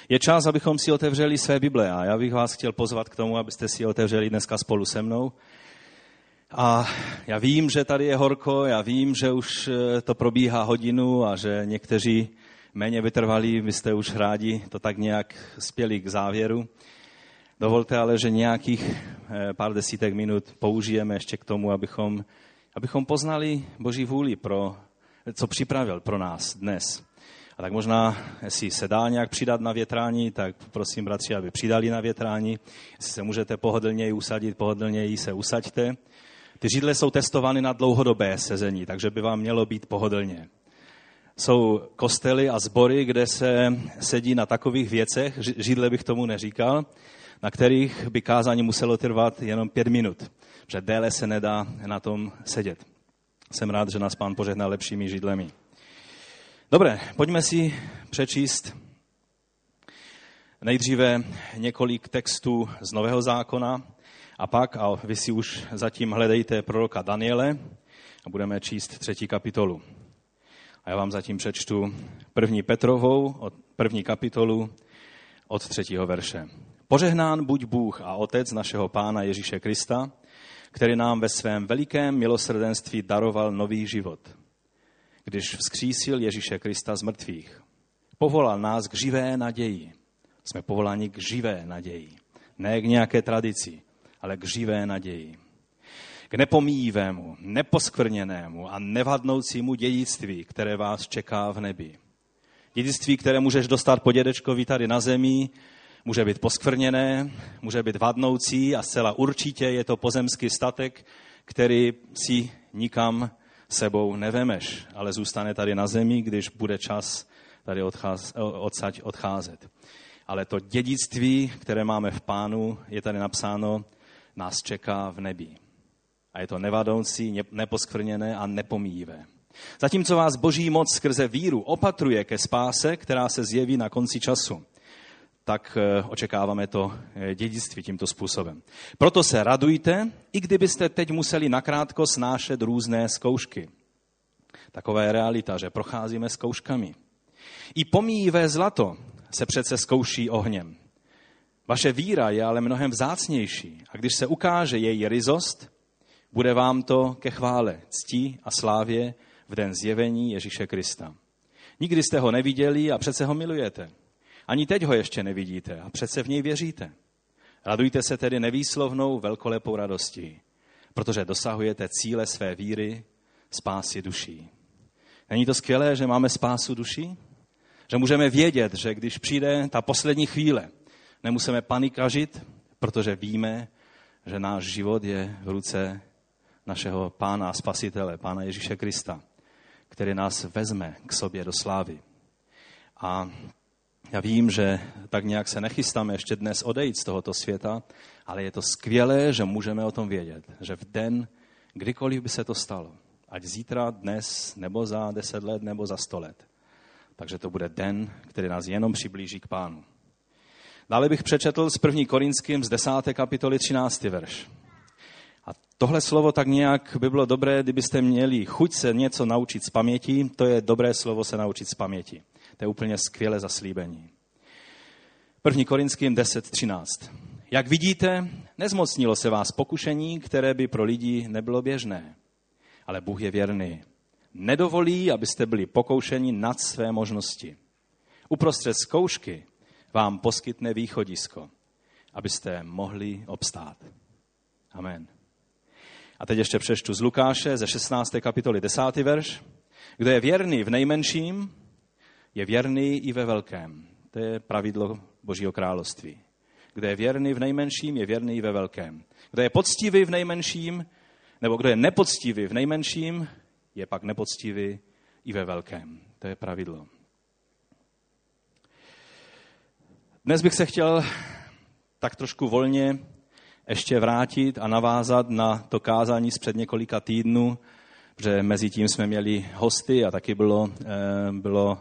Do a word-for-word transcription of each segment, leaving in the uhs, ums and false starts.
Je čas, abychom si otevřeli své Bible a já bych vás chtěl pozvat k tomu, abyste si otevřeli dneska spolu se mnou. A já vím, že tady je horko, já vím, že už to probíhá hodinu a že někteří méně vytrvalí, vy jste už rádi to tak nějak spěli k závěru. Dovolte ale, že nějakých pár desítek minut použijeme ještě k tomu, abychom, abychom poznali Boží vůli, pro, co připravil pro nás dnes. A tak možná, jestli se dá nějak přidat na větrání, tak prosím bratři, aby přidali na větrání. Jestli se můžete pohodlněji usadit, pohodlněji se usaďte. Ty židle jsou testovány na dlouhodobé sezení, takže by vám mělo být pohodlně. Jsou kostely a sbory, kde se sedí na takových věcech, židle bych tomu neříkal, na kterých by kázání muselo trvat jenom pět minut, protože déle se nedá na tom sedět. Jsem rád, že nás Pán požehnal lepšími židlemi. Dobré, pojďme si přečíst nejdříve několik textů z Nového zákona a pak, a vy si už zatím hledejte proroka Daniele a budeme číst třetí kapitolu. A já vám zatím přečtu první Petrovou, od první kapitolu od třetího verše. Požehnán buď Bůh a Otec našeho Pána Ježíše Krista, který nám ve svém velikém milosrdenství daroval nový život, když vzkřísil Ježíše Krista z mrtvých. Povolal nás k živé naději. Jsme povoláni k živé naději. Ne k nějaké tradici, ale k živé naději. K nepomíjivému, neposkvrněnému a nevadnoucímu dědictví, které vás čeká v nebi. Dědictví, které můžeš dostat po dědečkovi tady na zemi, může být poskvrněné, může být vadnoucí a zcela určitě je to pozemský statek, který si nikam sebou nevemeš, ale zůstane tady na zemi, když bude čas tady odcház, odsaď odcházet. Ale to dědictví, které máme v Pánu, je tady napsáno, nás čeká v nebi. A je to nevadoucí, neposkvrněné a nepomíjivé. Zatímco vás Boží moc skrze víru opatruje ke spáse, která se zjeví na konci času, tak očekáváme to dědictví tímto způsobem. Proto se radujte, i kdybyste teď museli nakrátko snášet různé zkoušky. Taková je realita, že procházíme zkouškami. I pomíjivé zlato se přece zkouší ohněm. Vaše víra je ale mnohem vzácnější a když se ukáže její ryzost, bude vám to ke chvále, cti a slávě v den zjevení Ježíše Krista. Nikdy jste ho neviděli a přece ho milujete. Ani teď ho ještě nevidíte a přece v něj věříte. Radujte se tedy nevýslovnou velkolepou radostí, protože dosahujete cíle své víry, spásy duší. Není to skvělé, že máme spásu duší? Že můžeme vědět, že když přijde ta poslední chvíle, nemusíme panikařit, protože víme, že náš život je v ruce našeho Pána a Spasitele, Pána Ježíše Krista, který nás vezme k sobě do slávy. A já vím, že tak nějak se nechystáme ještě dnes odejít z tohoto světa, ale je to skvělé, že můžeme o tom vědět, že v den, kdykoliv by se to stalo, ať zítra, dnes, nebo za deset let, nebo za sto let. Takže to bude den, který nás jenom přiblíží k Pánu. Dále bych přečetl z první Korinským z desáté kapitoly třináctý verš. A tohle slovo tak nějak by bylo dobré, kdybyste měli chuť se něco naučit z paměti, to je dobré slovo se naučit z paměti. To je úplně skvělé zaslíbení. první Korinským deset třináct. Jak vidíte, nezmocnilo se vás pokušení, které by pro lidi nebylo běžné. Ale Bůh je věrný. Nedovolí, abyste byli pokoušeni nad své možnosti. Uprostřed zkoušky vám poskytne východisko, abyste mohli obstát. Amen. A teď ještě přečtu z Lukáše ze šestnácté kapitoly desátý verš. Kdo je věrný v nejmenším, je věrný i ve velkém. To je pravidlo Božího království. Kdo je věrný v nejmenším, je věrný i ve velkém. Kdo je poctivý v nejmenším, nebo kdo je nepoctivý v nejmenším, je pak nepoctivý i ve velkém. To je pravidlo. Dnes bych se chtěl tak trošku volně ještě vrátit a navázat na to kázání z před několika týdnů, protože mezi tím jsme měli hosty a taky bylo, bylo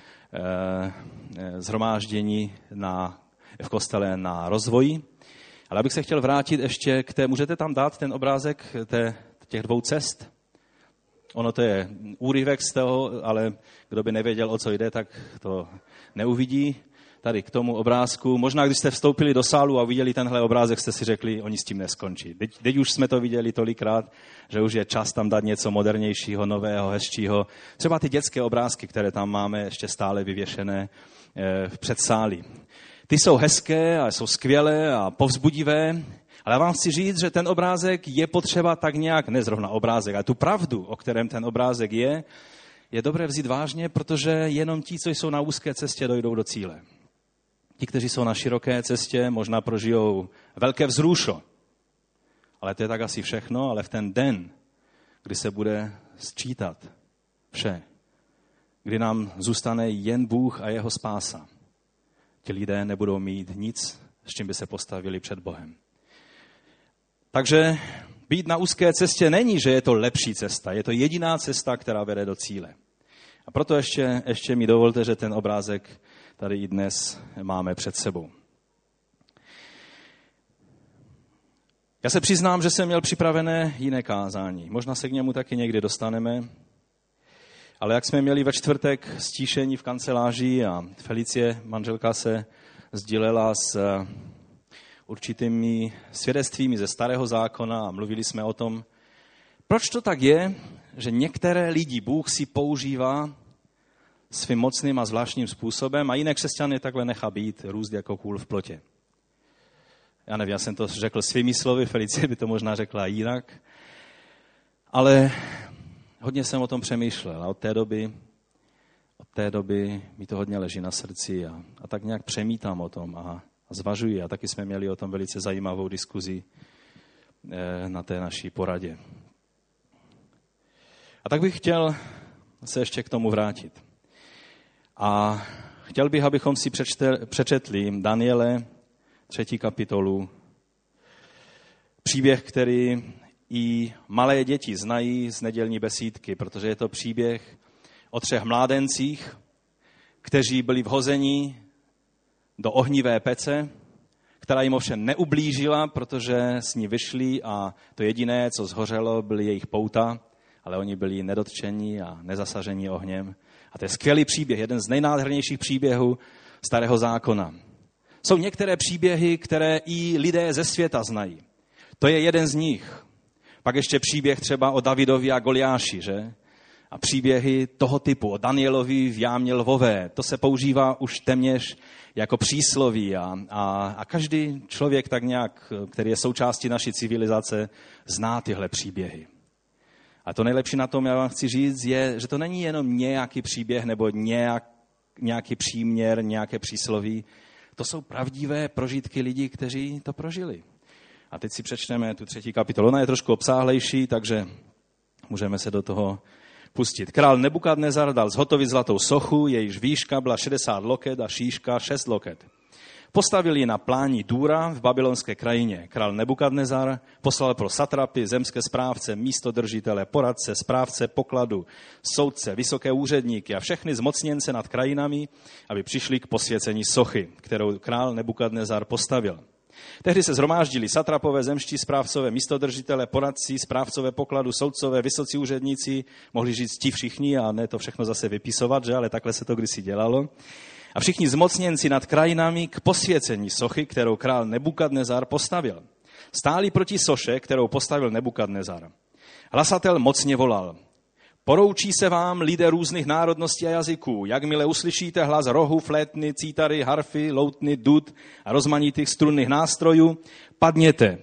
shromáždění na, v kostele na rozvoji. Ale abych se chtěl vrátit ještě k té, můžete tam dát ten obrázek té, těch dvou cest? Ono to je úryvek z toho, ale kdo by nevěděl, o co jde, tak to neuvidí. tady k tomu obrázku. Možná, když jste vstoupili do sálu a viděli tenhle obrázek, jste si řekli, oni s tím neskončí. Teď, teď už jsme to viděli tolikrát, že už je čas tam dát něco modernějšího, nového, hezčího. Třeba ty dětské obrázky, které tam máme ještě stále vyvěšené v předsáli. Ty jsou hezké a jsou skvělé a povzbudivé, ale já vám chci říct, že ten obrázek je potřeba tak nějak, ne zrovna obrázek, ale tu pravdu, o kterém ten obrázek je, je dobré vzít vážně, protože jenom ti, co jsou na úzké cestě, dojdou do cíle. Ti, kteří jsou na široké cestě, možná prožijou velké vzrušo. Ale to je tak asi všechno, ale v ten den, kdy se bude sčítat vše, kdy nám zůstane jen Bůh a jeho spása, ti lidé nebudou mít nic, s čím by se postavili před Bohem. Takže být na úzké cestě není, že je to lepší cesta. Je to jediná cesta, která vede do cíle. A proto ještě, ještě mi dovolte, že ten obrázek tady i dnes máme před sebou. Já se přiznám, že jsem měl připravené jiné kázání. Možná se k němu taky někdy dostaneme. Ale jak jsme měli ve čtvrtek stíšení v kanceláři a Felicie, manželka, se sdílela s určitými svědectvími ze Starého zákona a mluvili jsme o tom, proč to tak je, že některé lidi Bůh si používá svým mocným a zvláštním způsobem a jiné křesťany takhle nechá být, růst jako kůl v plotě. Já nevím, já jsem to řekl svými slovy, Felicie by to možná řekla jinak, ale hodně jsem o tom přemýšlel a od té doby, od té doby mi to hodně leží na srdci a, a tak nějak přemítám o tom a, a zvažuji. A taky jsme měli o tom velice zajímavou diskuzi eh, na té naší poradě. A tak bych chtěl se ještě k tomu vrátit. A chtěl bych, abychom si přečte, přečetli Daniele, třetí kapitolu, příběh, který i malé děti znají z nedělní besídky, protože je to příběh o třech mládencích, kteří byli vhozeni do ohnivé pece, která jim ovšem neublížila, protože s ní vyšli a to jediné, co zhořelo, byly jejich pouta, ale oni byli nedotčení a nezasažení ohněm. A to je skvělý příběh, jeden z nejnádhernějších příběhů Starého zákona. Jsou některé příběhy, které i lidé ze světa znají. To je jeden z nich. Pak ještě příběh třeba o Davidovi a Goliáši, že? A příběhy toho typu, o Danielovi v jámě lvové, to se používá už téměř jako přísloví a, a, a každý člověk tak nějak, který je součástí naší civilizace, zná tyhle příběhy. A to nejlepší na tom, já vám chci říct, je, že to není jenom nějaký příběh nebo nějak, nějaký příměr, nějaké přísloví. To jsou pravdivé prožitky lidí, kteří to prožili. A teď si přečteme tu třetí kapitolu. Ona je trošku obsáhlejší, takže můžeme se do toho pustit. Král Nebukadnezar dal zhotovit zlatou sochu, jejíž výška byla šedesát loket a šířka šest loket. Postavil ji na pláni Dúra v babylonské krajině. Král Nebukadnezar poslal pro satrapy, zemské správce, místodržitele, poradce, správce pokladu, soudce, vysoké úředníky a všechny zmocněnce nad krajinami, aby přišli k posvěcení sochy, kterou král Nebukadnezar postavil. Tehdy se zhromáždili satrapové, zemští správcové, místodržitele, poradci, správcové pokladu, soudcové, vysocí úředníci, mohli říct ti všichni a ne to všechno zase vypisovat, že? Ale takhle se to kdysi dělalo. A všichni zmocněnci nad krajinami k posvěcení sochy, kterou král Nebukadnezar postavil. Stáli proti soše, kterou postavil Nebukadnezar. Hlasatel mocně volal. Poroučí se vám lidé různých národností a jazyků. Jakmile uslyšíte hlas rohu, flétny, cítary, harfy, loutny, dud a rozmanitých strunných nástrojů, padněte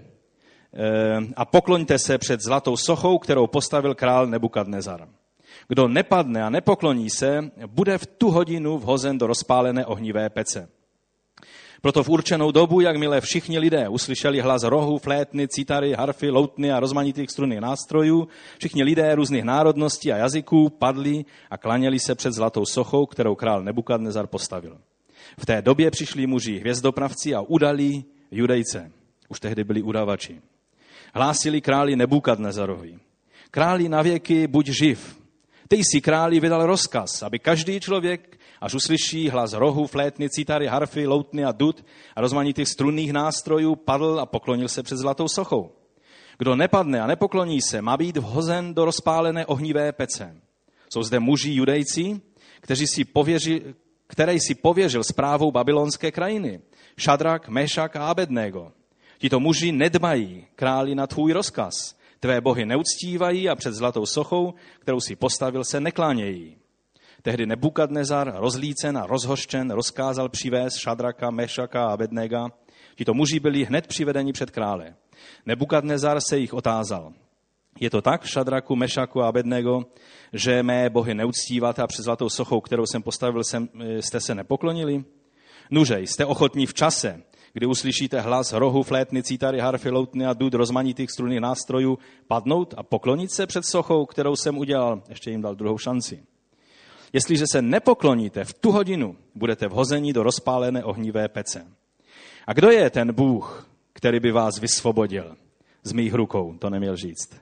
a pokloňte se před zlatou sochou, kterou postavil král Nebukadnezar. Kdo nepadne a nepokloní se, bude v tu hodinu vhozen do rozpálené ohnivé pece. Proto v určenou dobu, jakmile všichni lidé uslyšeli hlas rohu, flétny, cítary, harfy, loutny a rozmanitých strunných nástrojů, všichni lidé různých národností a jazyků padli a klaněli se před zlatou sochou, kterou král Nebukadnezar postavil. V té době přišli muži hvězdopravci a udali Judejce. Už tehdy byli udavači. Hlásili králi Nebukadnezarovi. Králi navěky buď živ. Ty jsi králi vydal rozkaz, aby každý člověk, až uslyší hlas rohu, flétny, cítary, harfy, loutny a dud a rozmanitých strunných nástrojů, padl a poklonil se před zlatou sochou. Kdo nepadne a nepokloní se, má být vhozen do rozpálené ohnivé pece. Jsou zde muži Judejci, kteří si pověřili, který si pověřil správou babylonské krajiny. Šadrak, Mešak a Abednego. Tito muži nedbají králi na tvůj rozkaz. Tvé bohy neuctívají a před zlatou sochou, kterou si postavil, se neklánějí. Tehdy Nebukadnezar, rozlícen a rozhořčen, rozkázal přivést Šadraka, Mešaka a Abednega. Tito muži byli hned přivedeni před krále. Nebukadnezar se jich otázal. Je to tak, Šadraku, Mešaku a Abednego, že mé bohy neuctíváte a před zlatou sochou, kterou jsem postavil, jsem, jste se nepoklonili? Nuže, jste ochotní v čase, kdy uslyšíte hlas rohu, flétny, cítary, harfy, loutny a dud rozmanitých strunných nástrojů, padnout a poklonit se před sochou, kterou jsem udělal. Ještě jim dal druhou šanci. Jestliže se nepokloníte, v tu hodinu budete vhozeni do rozpálené ohnivé pece. A kdo je ten Bůh, který by vás vysvobodil z mých rukou? To neměl říct.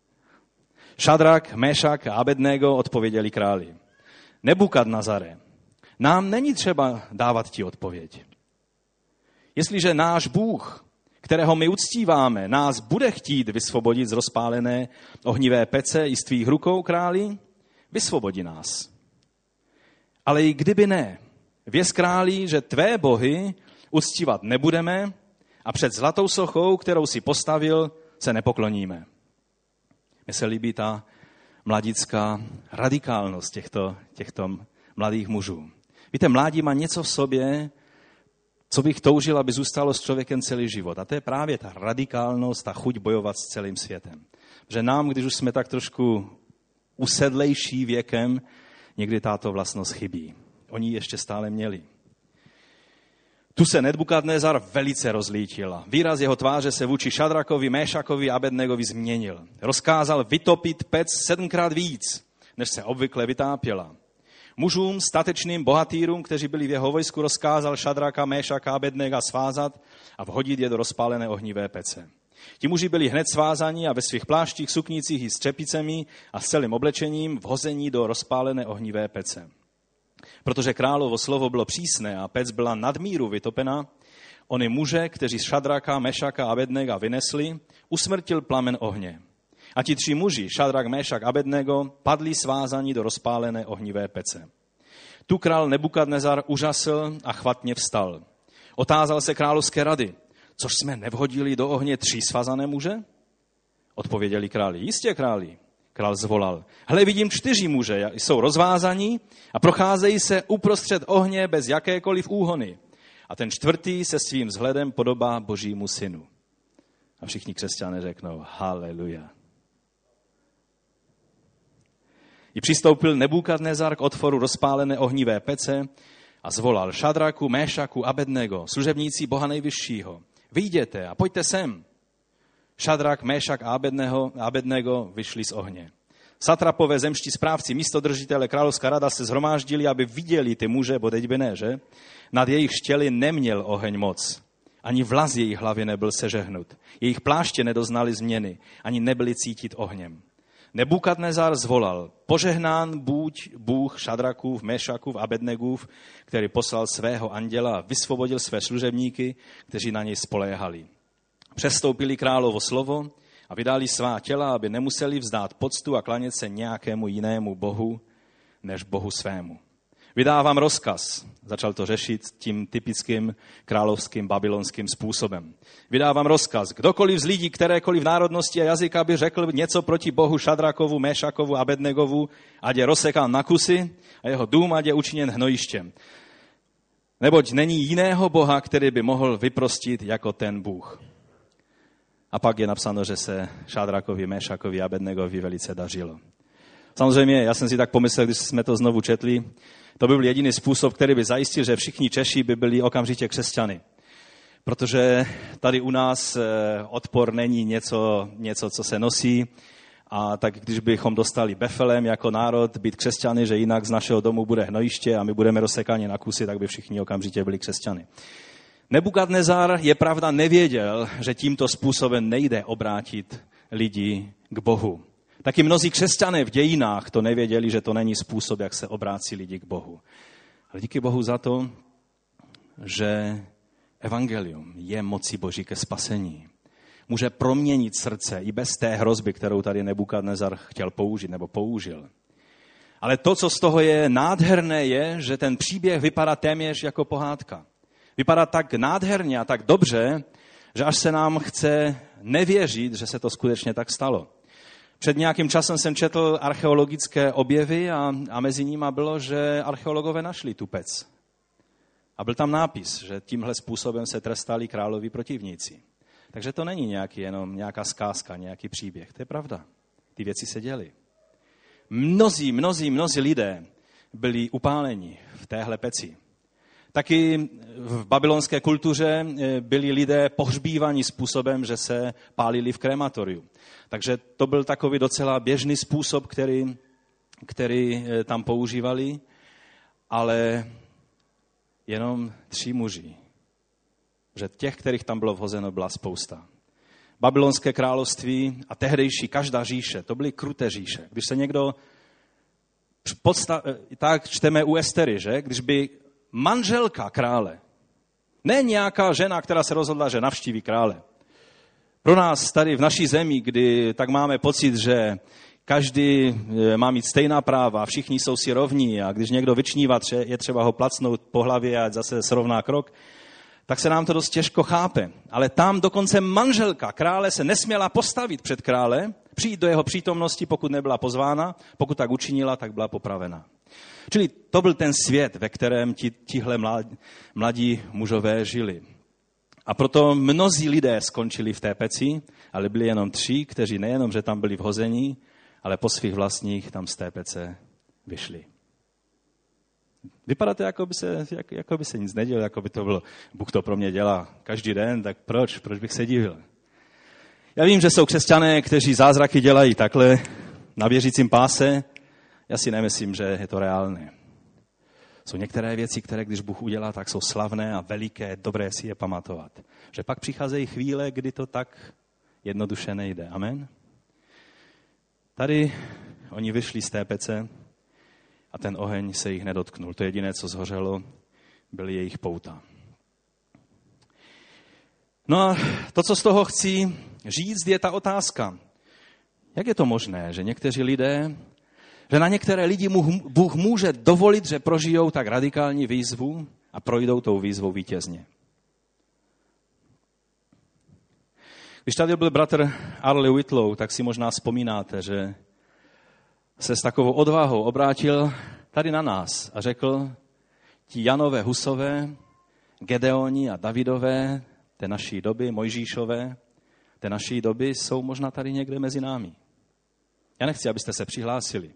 Šadrak, Mešak a Abednego odpověděli králi. Nebukadnezare, nám není třeba dávat ti odpověď. Jestliže náš Bůh, kterého my uctíváme, nás bude chtít vysvobodit z rozpálené ohnivé pece i z tvých rukou, králi, vysvobodí nás. Ale i kdyby ne, věz králi, že tvé bohy uctívat nebudeme a před zlatou sochou, kterou si postavil, se nepokloníme. Mně se líbí ta mladická radikálnost těchto, těchto mladých mužů. Víte, mládí má něco v sobě, co bych toužil, aby zůstalo s člověkem celý život. A to je právě ta radikálnost, ta chuť bojovat s celým světem. Že nám, když už jsme tak trošku usedlejší věkem, někdy tato vlastnost chybí. Oni ji ještě stále měli. Tu se Nebukadnezar velice rozlítila. Výraz jeho tváře se vůči Šadrakovi, Méšakovi a Abednegovi změnil. Rozkázal vytopit pec sedmkrát víc, než se obvykle vytápěla. Mužům, statečným bohatýrům, kteří byli v jeho vojsku, rozkázal Šadraka, Méšaka a Abednega svázat a vhodit je do rozpálené ohnivé pece. Ti muži byli hned svázaní a ve svých pláštích, suknicích i s čepicemi a s celým oblečením vhození do rozpálené ohnivé pece. Protože královo slovo bylo přísné a pec byla nadmíru vytopena, ony muže, kteří z Šadraka, Mešaka a Abednega vynesli, usmrtil plamen ohně. A ti tři muži, Šadrak, Mešak a Abednego, padli svázaní do rozpálené ohnivé pece. Tu král Nebukadnezar užasl a chvatně vstal. Otázal se královské rady, což jsme nevhodili do ohně tři svázané muže? Odpověděli králi, jistě králi. Král zvolal, hle, vidím čtyři muže, jsou rozvázaní a procházejí se uprostřed ohně bez jakékoliv úhony. A ten čtvrtý se svým vzhledem podobá Božímu synu. A všichni křesťané řeknou, haleluja. I přistoupil Nebukadnezar k otvoru rozpálené ohnivé pece a zvolal Šadraku, Méšaku, Abednego, služebníci Boha nejvyššího. Vyjděte a pojďte sem. Šadrak, Méšak a Abednego, Abednego vyšli z ohně. Satrapové, zemští správci, místodržitele, královská rada se shromáždili, aby viděli ty muže, bo teď by ne, že? Nad jejich štěli neměl oheň moc. Ani vlas jejich hlavy nebyl sežehnut. Jejich pláště nedoznali změny, ani nebyli cítit ohněm. Nebukadnezar zvolal, požehnán buď Bůh Šadrakův, Méšakův, Abednegův, který poslal svého anděla a vysvobodil své služebníky, kteří na něj spoléhali. Přestoupili královo slovo a vydali svá těla, aby nemuseli vzdát poctu a klanět se nějakému jinému bohu, než bohu svému. Vydávám rozkaz, začal to řešit tím typickým královským babylonským způsobem. Vydávám rozkaz, kdokoliv z lidí, kterékoliv národnosti a jazyka by řekl něco proti bohu Šadrakovu, Méšakovu a Abednegovu, ať je rozsekán na kusy a jeho dům ať je učiněn hnojištěm. Neboť není jiného boha, který by mohl vyprostit jako ten Bůh. A pak je napsáno, že se Šadrakovi, Méšakovi a Abednegovi velice dařilo. Samozřejmě, já jsem si tak pomyslel, když jsme to znovu četli, to by byl jediný způsob, který by zajistil, že všichni Češi by byli okamžitě křesťany. Protože tady u nás odpor není něco, něco, co se nosí. A tak když bychom dostali befelem jako národ být křesťany, že jinak z našeho domu bude hnojiště a my budeme rozsekáni na kusy, tak by všichni okamžitě byli křesťany. Nebukadnezar je pravda nevěděl, že tímto způsobem nejde obrátit lidi k Bohu. Taky mnozí křesťané v dějinách to nevěděli, že to není způsob, jak se obrácí lidi k Bohu. Ale díky Bohu za to, že evangelium je mocí Boží ke spasení. Může proměnit srdce i bez té hrozby, kterou tady Nebukadnezar chtěl použít nebo použil. Ale to, co z toho je nádherné, je, že ten příběh vypadá téměř jako pohádka. Vypadá tak nádherně a tak dobře, že až se nám chce nevěřit, že se to skutečně tak stalo. Před nějakým časem jsem četl archeologické objevy a, a mezi nimi bylo, že archeologové našli tu pec. A byl tam nápis, že tímhle způsobem se trestali královi protivníci. Takže to není nějaký, jenom nějaká zkázka, nějaký příběh. To je pravda. Ty věci se děly. Mnozí, mnozí, mnozí lidé byli upáleni v téhle peci. Taky v babylonské kultuře byli lidé pohřbívaní způsobem, že se pálili v krematoriu. Takže to byl takový docela běžný způsob, který, který tam používali, ale jenom tři muži. Že těch, kterých tam bylo vhozeno, byla spousta. Babylonské království a tehdejší každá říše, to byly kruté říše. Když se někdo, podstav, tak čteme u Estery, že? Když by manželka krále, ne nějaká žena, která se rozhodla, že navštíví krále. Pro nás tady v naší zemi, kdy tak máme pocit, že každý má mít stejná práva, všichni jsou si rovní a když někdo vyčnívá, je třeba ho placnout po hlavě a zase srovná krok, tak se nám to dost těžko chápe. Ale tam dokonce manželka krále se nesměla postavit před krále, přijít do jeho přítomnosti, pokud nebyla pozvána, pokud tak učinila, tak byla popravena. Čili to byl ten svět, ve kterém ti, tihle mladí, mladí mužové žili. A proto mnozí lidé skončili v té peci, ale byli jenom tři, kteří nejenom, že tam byli vhození, ale po svých vlastních tam z té pece vyšli. Vypadá to, jako by se, jak, jako by se nic nedělo, jako by to bylo, Bůh to pro mě dělá každý den, tak proč? Proč bych se divil? Já vím, že jsou křesťané, kteří zázraky dělají takhle na věřícím páse. Já si nemyslím, že je to reálné. Jsou některé věci, které když Bůh udělá, tak jsou slavné a veliké, dobré si je pamatovat. Že pak přicházejí chvíle, kdy to tak jednoduše nejde. Amen? Tady oni vyšli z té pece a ten oheň se jich nedotknul. To jediné, co zhořelo, byly jejich pouta. No a to, co z toho chci říct, je ta otázka. Jak je to možné, že někteří lidé, že na některé lidi Bůh může dovolit, že prožijou tak radikální výzvu a projdou tou výzvou vítězně? Když tady byl bratr Arlie Whitlow, tak si možná vzpomínáte, že se s takovou odvahou obrátil tady na nás a řekl, ti Janové, Husové, Gedeoni a Davidové té naší doby, Mojžíšové té naší doby jsou možná tady někde mezi námi. Já nechci, abyste se přihlásili.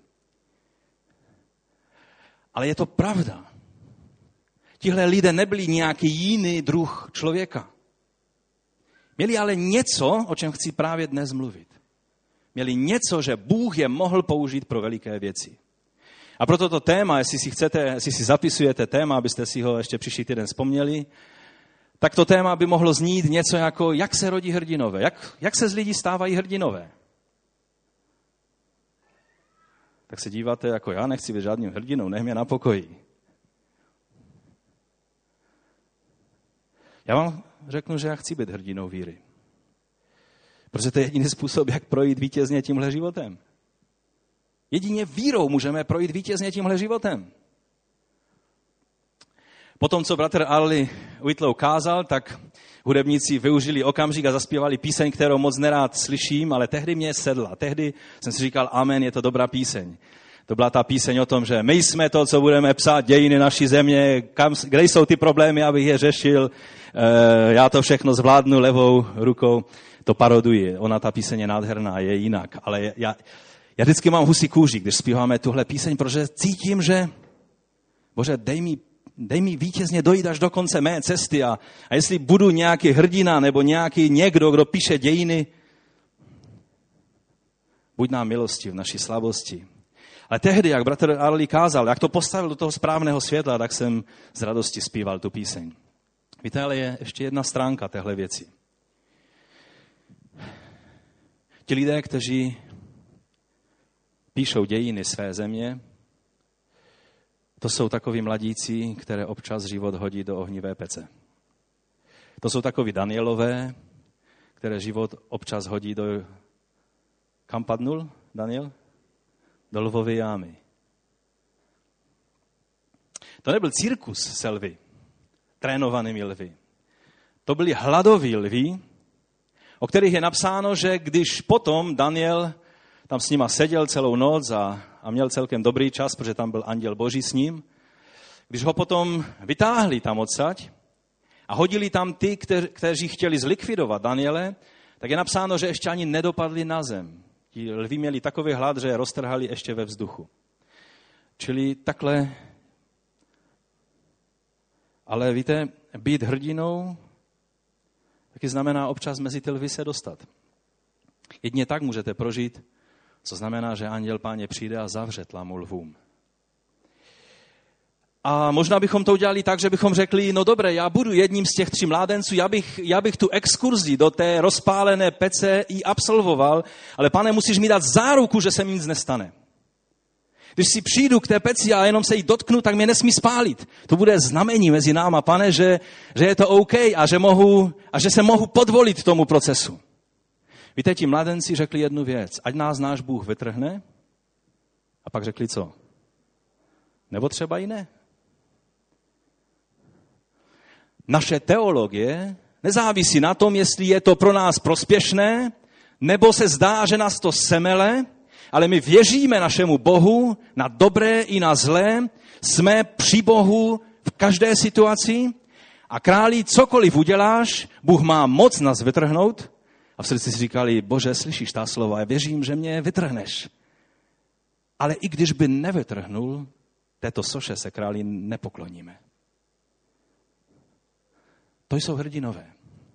Ale je to pravda. Tihle lidé nebyli nějaký jiný druh člověka. Měli ale něco, o čem chci právě dnes mluvit. Měli něco, že Bůh je mohl použít pro veliké věci. A proto to téma, jestli si chcete, jestli si zapisujete téma, abyste si ho ještě příští týden vzpomněli, tak to téma by mohlo znít něco jako, jak se rodí hrdinové, jak, jak se z lidí stávají hrdinové. Tak se díváte, jako já nechci být žádným hrdinou, nech mě na pokoji. Já vám řeknu, že já chci být hrdinou víry. Protože to je jediný způsob, jak projít vítězně tímhle životem. Jedině vírou můžeme projít vítězně tímhle životem. Potom, co bratr Arlie Whitlow kázal, tak hudebníci využili okamžik a zaspěvali píseň, kterou moc nerád slyším, ale tehdy mě sedla. Tehdy jsem si říkal, amen, je to dobrá píseň. To byla ta píseň o tom, že my jsme to, co budeme psát dějiny naší země, kam, kde jsou ty problémy, abych je řešil, e, já to všechno zvládnu levou rukou. To paroduji, ona ta píseň je nádherná, je jinak, ale já, já vždycky mám husí kůži, když zpíváme tuhle píseň, protože cítím, že Bože, dej mi, dej mi vítězně dojít až do konce mé cesty a, a jestli budu nějaký hrdina nebo nějaký někdo, kdo píše dějiny, buď nám milosti v naší slabosti. Ale tehdy, jak bratr Arlie kázal, jak to postavil do toho správného světla, tak jsem z radosti zpíval tu píseň. Víte, ale je ještě jedna stránka téhle věci. Ti lidé, kteří píšou dějiny své země, to jsou takoví mladíci, které občas život hodí do ohnivé pece. To jsou takoví Danielové, které život občas hodí do... Kam padnul Daniel? Do lvové jámy. To nebyl cirkus se lvy, trénovanými lvy. To byli hladoví lví, o kterých je napsáno, že když potom Daniel tam s nima seděl celou noc a, a měl celkem dobrý čas, protože tam byl anděl Boží s ním, když ho potom vytáhli tam odsaď a hodili tam ty, kteř, kteří chtěli zlikvidovat Daniele, tak je napsáno, že ještě ani nedopadli na zem. Ti lví měli takový hlad, že je roztrhali ještě ve vzduchu. Čili takhle. Ale víte, být hrdinou taky znamená občas mezi ty lvy se dostat. Jedině tak můžete prožít, co znamená, že anděl Páně přijde a zavře tlamu lvům. A možná bychom to udělali tak, že bychom řekli, no dobré, já budu jedním z těch tří mládenců, já bych, já bych tu exkurzi do té rozpálené pece i absolvoval, ale Pane, musíš mi dát záruku, že se mi nic nestane. Když si přijdu k té peci a jenom se jí dotknu, tak mě nesmí spálit. To bude znamení mezi náma, Pane, že, že je to OK a že, mohu, a že se mohu podvolit tomu procesu. Víte, ti mladenci řekli jednu věc, ať nás náš Bůh vytrhne, a pak řekli co? Nebo třeba i ne. Naše teologie nezávisí na tom, jestli je to pro nás prospěšné, nebo se zdá, že nás to semele, ale my věříme našemu Bohu na dobré i na zlé, jsme při Bohu v každé situaci a králi, cokoliv uděláš, Bůh má moc nás vytrhnout. A v srdci si říkali, Bože, slyšíš ta slova, já věřím, že mě vytrhneš. Ale i když by nevytrhnul, této soše se králi nepokloníme. To jsou hrdinové.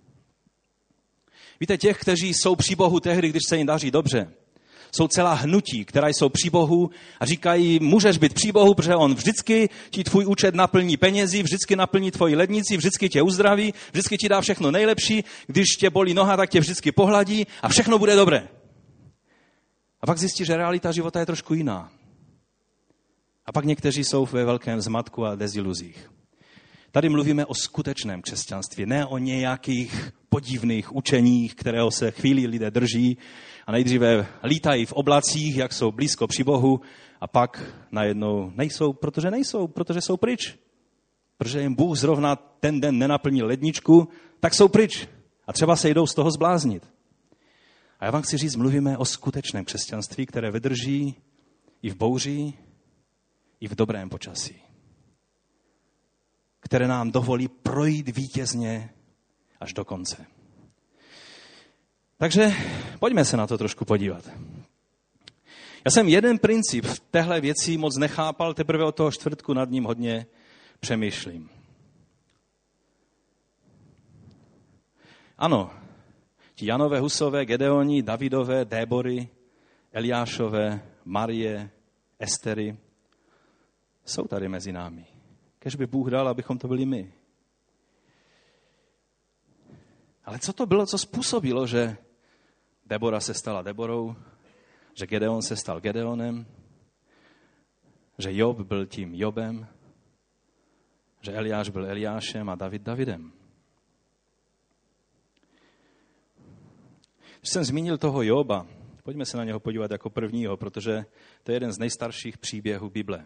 Víte, těch, kteří jsou při Bohu tehdy, když se jim daří dobře, jsou celá hnutí, která jsou při Bohu a říkají, můžeš být při Bohu, protože on vždycky ti tvůj účet naplní penězi, vždycky naplní tvoji lednici, vždycky tě uzdraví, vždycky ti dá všechno nejlepší, když tě bolí noha, tak tě vždycky pohladí a všechno bude dobré. A pak zjistí, že realita života je trošku jiná. A pak někteří jsou ve velkém zmatku a deziluzích. Tady mluvíme o skutečném křesťanství, ne o nějakých podivných učeních, kterého se chvíli lidé drží a nejdříve lítají v oblacích, jak jsou blízko při Bohu a pak najednou nejsou, protože nejsou, protože jsou pryč. Protože jim Bůh zrovna ten den nenaplní ledničku, tak jsou pryč a třeba se jdou z toho zbláznit. A já vám chci říct, mluvíme o skutečném křesťanství, které vydrží i v bouři, i v dobrém počasí. Které nám dovolí projít vítězně až do konce. Takže pojďme se na to trošku podívat. Já jsem jeden princip v téhle věci moc nechápal, teprve od toho čtvrtku nad ním hodně přemýšlím. Ano, ti Janové, Husové, Gedeoni, Davidové, Débory, Eliášové, Marie, Estery jsou tady mezi námi. Kež by Bůh dal, abychom to byli my. Ale co to bylo, co způsobilo, že Debora se stala Deborou, že Gedeon se stal Gedeonem, že Job byl tím Jobem, že Eliáš byl Eliášem a David Davidem. Když jsem zmínil toho Joba, pojďme se na něho podívat jako prvního, protože to je jeden z nejstarších příběhů Bible.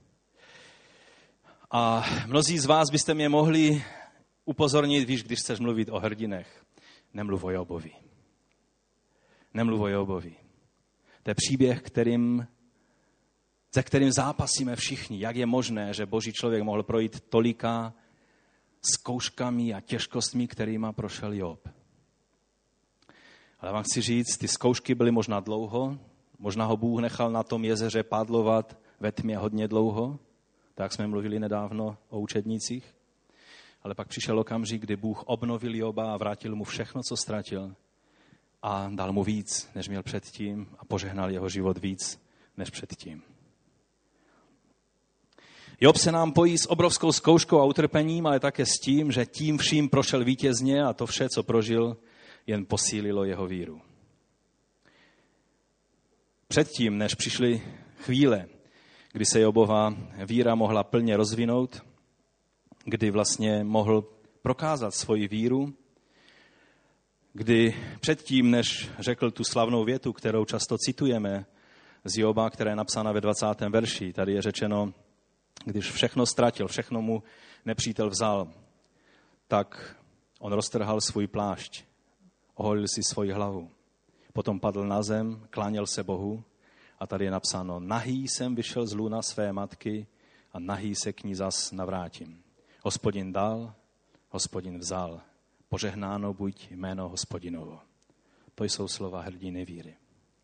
A mnozí z vás byste mě mohli upozornit, víš, když chceš mluvit o hrdinech, nemluv o Jobovi. Nemluv o Jobovi. To je příběh, kterým, se kterým zápasíme všichni. Jak je možné, že Boží člověk mohl projít tolika zkouškami a těžkostmi, kterýma prošel Job. Ale vám chci říct, ty zkoušky byly možná dlouho, možná ho Bůh nechal na tom jezeře pádlovat ve tmě hodně dlouho, tak jsme mluvili nedávno o učednících. Ale pak přišel okamžik, kdy Bůh obnovil Joba a vrátil mu všechno, co ztratil. A dal mu víc, než měl předtím a požehnal jeho život víc, než předtím. Job se nám pojí s obrovskou zkouškou a utrpením, ale také s tím, že tím vším prošel vítězně a to vše, co prožil, jen posílilo jeho víru. Předtím, než přišly chvíle, kdy se Jobova víra mohla plně rozvinout, kdy vlastně mohl prokázat svoji víru, kdy předtím, než řekl tu slavnou větu, kterou často citujeme z Joba, která je napsána ve dvacátém verši, tady je řečeno, když všechno ztratil, všechno mu nepřítel vzal, tak on roztrhal svůj plášť, oholil si svoji hlavu. Potom padl na zem, kláněl se Bohu a tady je napsáno: nahý jsem vyšel z lůna své matky a nahý se k ní zas navrátím. Hospodin dal, Hospodin vzal. Požehnáno buď jméno Hospodinovo. To jsou slova hrdiny víry.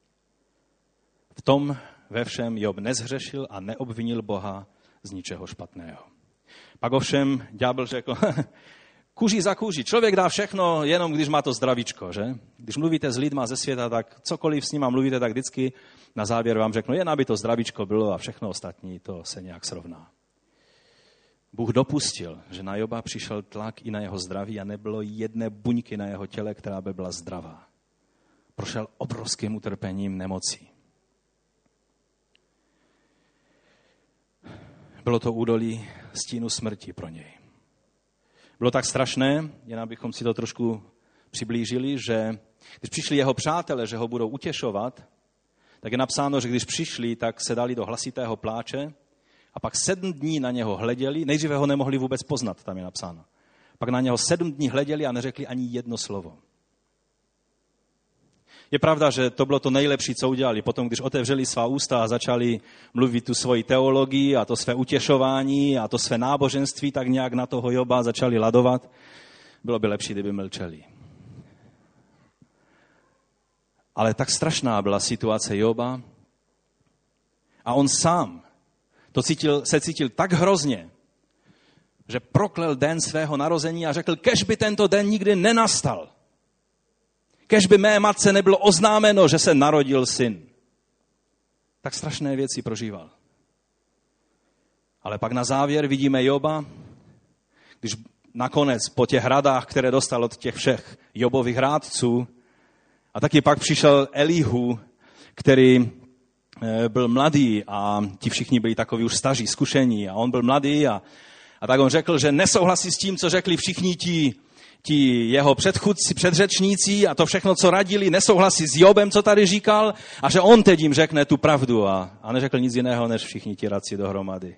V tom ve všem Job nezhřešil a neobvinil Boha z ničeho špatného. Pak ovšem ďábel řekl, kuří za kůži. Člověk dá všechno, jenom když má to zdravíčko, že? Když mluvíte s lidma ze světa, tak cokoliv s nima mluvíte, tak vždycky na závěr vám řeknu, jen aby to zdravíčko bylo a všechno ostatní, to se nějak srovná. Bůh dopustil, že na Joba přišel tlak i na jeho zdraví a nebylo jedné buňky na jeho těle, která by byla zdravá. Prošel obrovským utrpením nemocí. Bylo to údolí stínu smrti pro něj. Bylo tak strašné, jen abychom si to trošku přiblížili, že když přišli jeho přátelé, že ho budou utěšovat, tak je napsáno, že když přišli, tak se dali do hlasitého pláče a pak sedm dní na něho hleděli. Nejdříve ho nemohli vůbec poznat, tam je napsáno. Pak na něho sedm dní hleděli a neřekli ani jedno slovo. Je pravda, že to bylo to nejlepší, co udělali. Potom, když otevřeli svá ústa a začali mluvit tu svoji teologii a to své utěšování a to své náboženství, tak nějak na toho Joba začali ladovat. Bylo by lepší, kdyby mlčeli. Ale tak strašná byla situace Joba a on sám to cítil, se cítil tak hrozně, že proklel den svého narození a řekl, kež by tento den nikdy nenastal. Kež by mé matce nebylo oznámeno, že se narodil syn. Tak strašné věci prožíval. Ale pak na závěr vidíme Joba, když nakonec po těch radách, které dostal od těch všech Jobových rádců, a taky pak přišel Elihu, který byl mladý a ti všichni byli takoví už staří, zkušení a on byl mladý a, a tak on řekl, že nesouhlasí s tím, co řekli všichni ti, ti jeho předchůdci, předřečníci a to všechno, co radili, nesouhlasí s Jobem, co tady říkal a že on teď jim řekne tu pravdu a, a neřekl nic jiného, než všichni ti radci dohromady.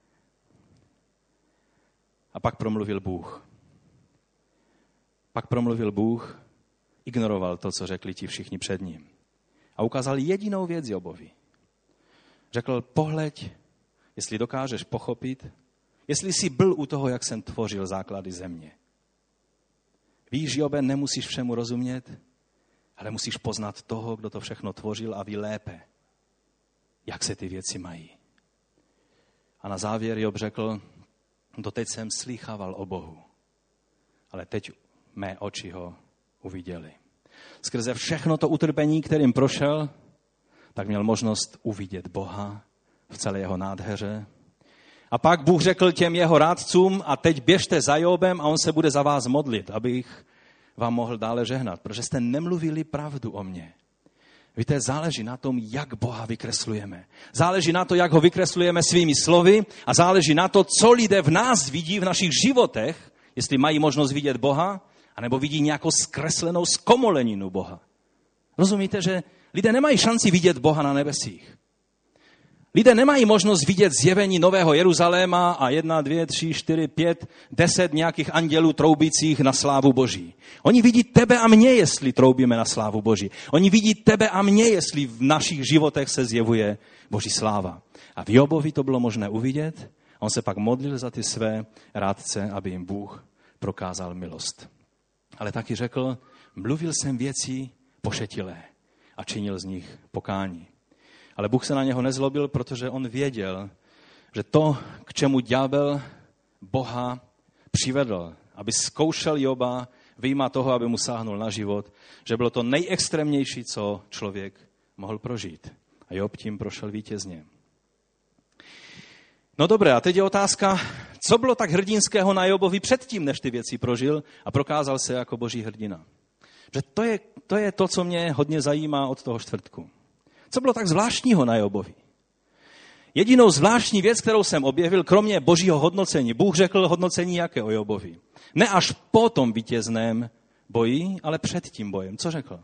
A pak promluvil Bůh. Pak promluvil Bůh, ignoroval to, co řekli ti všichni před ním. A ukázal jedinou věc Jobovi. Řekl, pohleď, jestli dokážeš pochopit, jestli jsi byl u toho, jak jsem tvořil základy země. Víš, Jobe, nemusíš všemu rozumět, ale musíš poznat toho, kdo to všechno tvořil a ví lépe, jak se ty věci mají. A na závěr Job řekl, doteď jsem slýchával o Bohu, ale teď mé oči ho uviděli. Skrze všechno to utrpení, kterým prošel, tak měl možnost uvidět Boha v celé jeho nádheře. A pak Bůh řekl těm jeho rádcům, a teď běžte za Jobem a on se bude za vás modlit, abych vám mohl dále žehnat, protože jste nemluvili pravdu o mně. Víte, záleží na tom, jak Boha vykreslujeme. Záleží na to, jak ho vykreslujeme svými slovy a záleží na to, co lidé v nás vidí v našich životech, jestli mají možnost vidět Boha, anebo vidí nějakou zkreslenou zkomoleninu Boha. Rozumíte, že lidé nemají šanci vidět Boha na nebesích. Lidé nemají možnost vidět zjevení Nového Jeruzaléma a jedna, dvě, tři, čtyři, pět, deset nějakých andělů troubících na slávu Boží. Oni vidí tebe a mě, jestli troubíme na slávu Boží. Oni vidí tebe a mě, jestli v našich životech se zjevuje Boží sláva. A v Jobovi to bylo možné uvidět. On se pak modlil za ty své rádce, aby jim Bůh prokázal milost. Ale taky řekl, mluvil jsem věcí pošetilé a činil z nich pokání. Ale Bůh se na něho nezlobil, protože on věděl, že to, k čemu ďábel Boha přivedl, aby zkoušel Joba, vyjma toho, aby mu sáhnul na život, že bylo to nejextrémnější, co člověk mohl prožít. A Job tím prošel vítězně. No dobré, a teď je otázka, co bylo tak hrdinského na Jobovi předtím, než ty věci prožil a prokázal se jako boží hrdina. Že to je, to je to, co mě hodně zajímá od toho čtvrtku. Co bylo tak zvláštního na Jobovi? Jedinou zvláštní věc, kterou jsem objevil, kromě božího hodnocení, Bůh řekl hodnocení jaké o Jobovi. Ne až po tom vítězném boji, ale před tím bojem. Co řekl?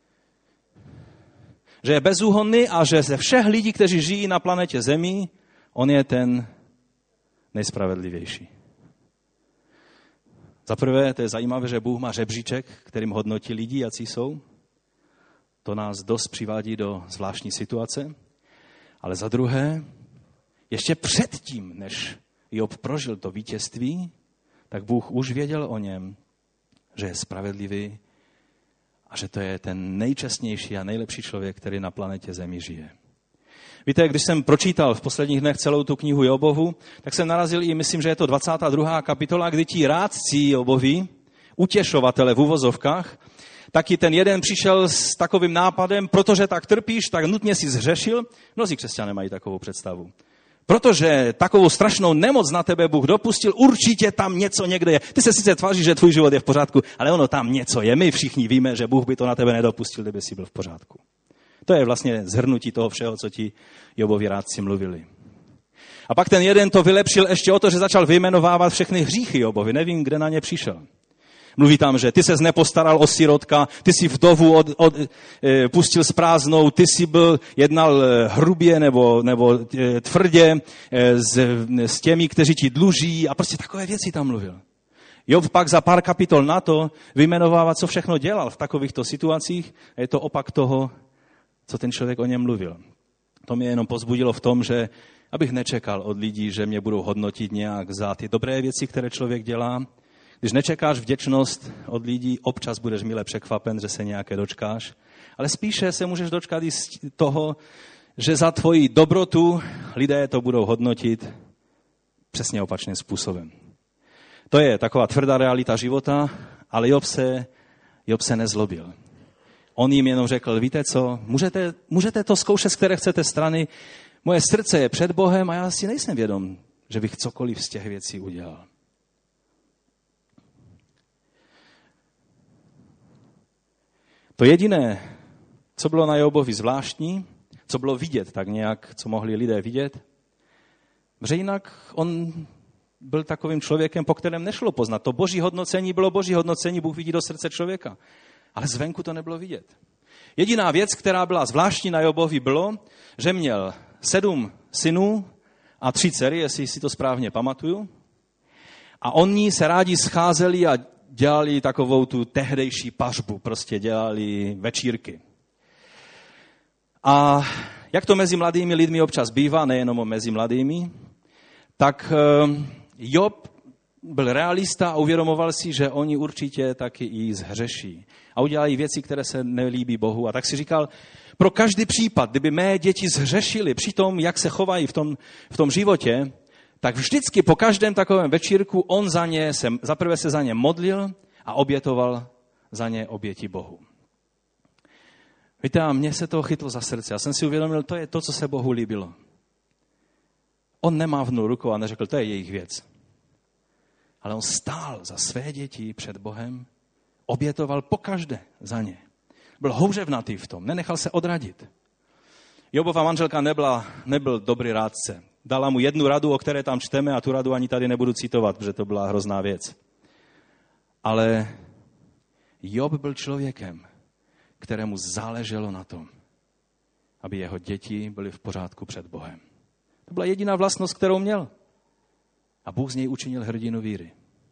Že je bezúhonný a že ze všech lidí, kteří žijí na planetě Zemi, On je ten nejspravedlivější. Za prvé, to je zajímavé, že Bůh má žebříček, kterým hodnotí lidi, jací jsou. To nás dost přivádí do zvláštní situace. Ale za druhé, ještě předtím, než Job prožil to vítězství, tak Bůh už věděl o něm, že je spravedlivý a že to je ten nejčestnější a nejlepší člověk, který na planetě Zemi žije. Víte, když jsem pročítal v posledních dnech celou tu knihu Jobovu, tak jsem narazil i, myslím, že je to dvacátá druhá kapitola, kdy ti rádci Jobovi, utěšovatele v uvozovkách, taky ten jeden přišel s takovým nápadem, protože tak trpíš, tak nutně si zhřešil. Mnozí křesťané mají takovou představu. Protože takovou strašnou nemoc na tebe Bůh dopustil, určitě tam něco někde je. Ty se sice tváříš, že tvůj život je v pořádku, ale ono tam něco je. My všichni víme, že Bůh by to na tebe nedopustil, kdyby si byl v pořádku. To je vlastně shrnutí toho všeho, co ti Jobovi rádci mluvili. A pak ten jeden to vylepšil ještě o to, že začal vyjmenovávat všechny hříchy Jobovi. Nevím, kde na ně přišel. Mluví tam, že ty ses nepostaral o sirotka, ty si vdovu od, od, e, pustil s prázdnou, ty si byl jednal hrubě nebo, nebo e, tvrdě e, s, s těmi, kteří ti dluží a prostě takové věci tam mluvil. Job pak za pár kapitol na to vyjmenovává, co všechno dělal v takovýchto situacích a je to opak toho, co ten člověk o něm mluvil. To mě jenom povzbudilo v tom, že abych nečekal od lidí, že mě budou hodnotit nějak za ty dobré věci, které člověk dělá. Když nečekáš vděčnost od lidí, občas budeš mile překvapen, že se nějaké dočkáš, ale spíše se můžeš dočkat i z toho, že za tvoji dobrotu lidé to budou hodnotit přesně opačným způsobem. To je taková tvrdá realita života, ale Job se, Job se nezlobil. On jim jenom řekl, víte co, můžete, můžete to zkoušet, z které chcete strany, moje srdce je před Bohem a já si nejsem vědom, že bych cokoliv z těch věcí udělal. To jediné, co bylo na Jobovi zvláštní, co bylo vidět tak nějak, co mohli lidé vidět, že jinak on byl takovým člověkem, po kterém nešlo poznat. To boží hodnocení bylo boží hodnocení, Bůh vidí do srdce člověka. Ale zvenku to nebylo vidět. Jediná věc, která byla zvláštní na Jobovi, bylo, že měl sedm synů a tři dcery, jestli si to správně pamatuju. A oni se rádi scházeli a dělali takovou tu tehdejší pařbu, prostě dělali večírky. A jak to mezi mladými lidmi občas bývá, nejenom mezi mladými, tak Job byl realista a uvědomoval si, že oni určitě taky i zhřeší. A udělají věci, které se nelíbí Bohu. A tak si říkal, pro každý případ, kdyby mé děti zhřešily při tom, jak se chovají v tom, v tom životě, tak vždycky po každém takovém večírku on za ně, se, zaprvé se za ně modlil a obětoval za ně oběti Bohu. Víte, a mně se to chytlo za srdce. Já jsem si uvědomil, to je to, co se Bohu líbilo. On nemávnul rukou a neřekl, to je jejich věc. Ale on stál za své děti před Bohem, obětoval pokaždé za ně. Byl houževnatý v tom, nenechal se odradit. Jobova manželka nebyla, nebyl dobrý rádce. Dala mu jednu radu, o které tam čteme, a tu radu ani tady nebudu citovat, protože to byla hrozná věc. Ale Job byl člověkem, kterému záleželo na tom, aby jeho děti byly v pořádku před Bohem. To byla jediná vlastnost, kterou měl. A Bůh z něj učinil hrdinu víry.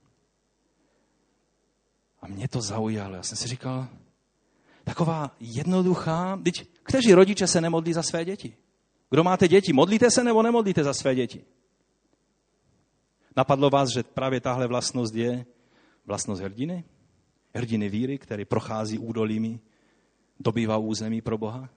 A mě to zaujalo. Já jsem si říkal, taková jednoduchá, teď kteří rodiče se nemodlí za své děti? Kdo máte děti, modlíte se nebo nemodlíte za své děti? Napadlo vás, že právě tahle vlastnost je vlastnost hrdiny? Hrdiny víry, který prochází údolími, dobývá území pro Boha?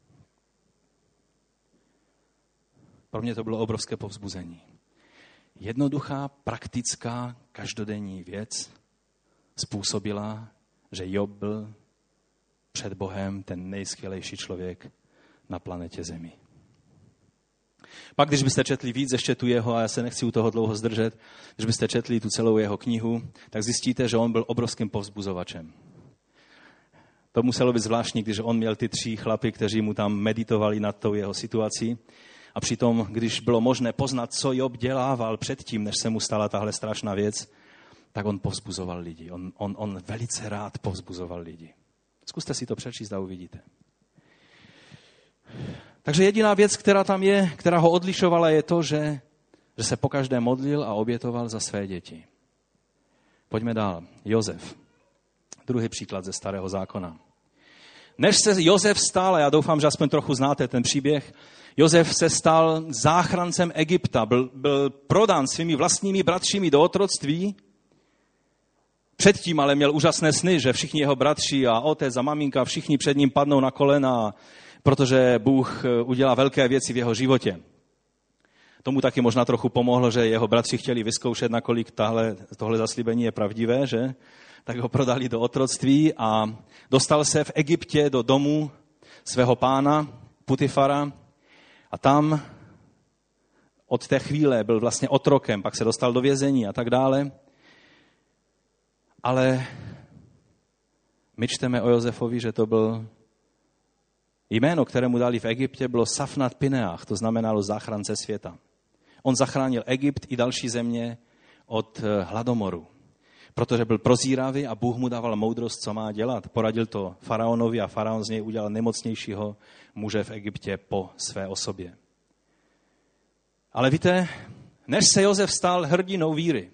Pro mě to bylo obrovské povzbuzení. Jednoduchá, praktická, každodenní věc způsobila, že Job byl před Bohem ten nejskvělejší člověk na planetě Zemi. Pak, když byste četli víc ještě tu jeho, a já se nechci u toho dlouho zdržet, když byste četli tu celou jeho knihu, tak zjistíte, že on byl obrovským povzbuzovačem. To muselo být zvláštní, když on měl ty tři chlapy, kteří mu tam meditovali nad tou jeho situací. A přitom, když bylo možné poznat, co Job dělával předtím, než se mu stala tahle strašná věc, tak on povzbuzoval lidi. On, on, on velice rád povzbuzoval lidi. Zkuste si to přečíst a uvidíte. Takže jediná věc, která tam je, která ho odlišovala, je to, že, že se pokaždé modlil a obětoval za své děti. Pojďme dál. Josef. Druhý příklad ze Starého zákona. Než se Josef stal, a já doufám, že aspoň trochu znáte ten příběh, Josef se stal záchrancem Egypta, byl, byl prodán svými vlastními bratřími do otroctví. Předtím ale měl úžasné sny, že všichni jeho bratři a otec a maminka, všichni před ním padnou na kolena, protože Bůh udělá velké věci v jeho životě. Tomu taky možná trochu pomohlo, že jeho bratři chtěli vyzkoušet, nakolik tahle, tohle zaslíbení je pravdivé, že? Tak ho prodali do otroctví a dostal se v Egyptě do domu svého pána Putifara a tam od té chvíle byl vlastně otrokem, pak se dostal do vězení a tak dále. Ale my čteme o Josefovi, že to byl jméno, které mu dali v Egyptě, bylo Safnat Pineach, to znamenalo záchrance světa. On zachránil Egypt i další země od hladomoru, protože byl prozíravý a Bůh mu dával moudrost, co má dělat. Poradil to faraonovi a faraon z něj udělal nemocnějšího muže v Egyptě po své osobě. Ale víte, než se Josef stal hrdinou víry,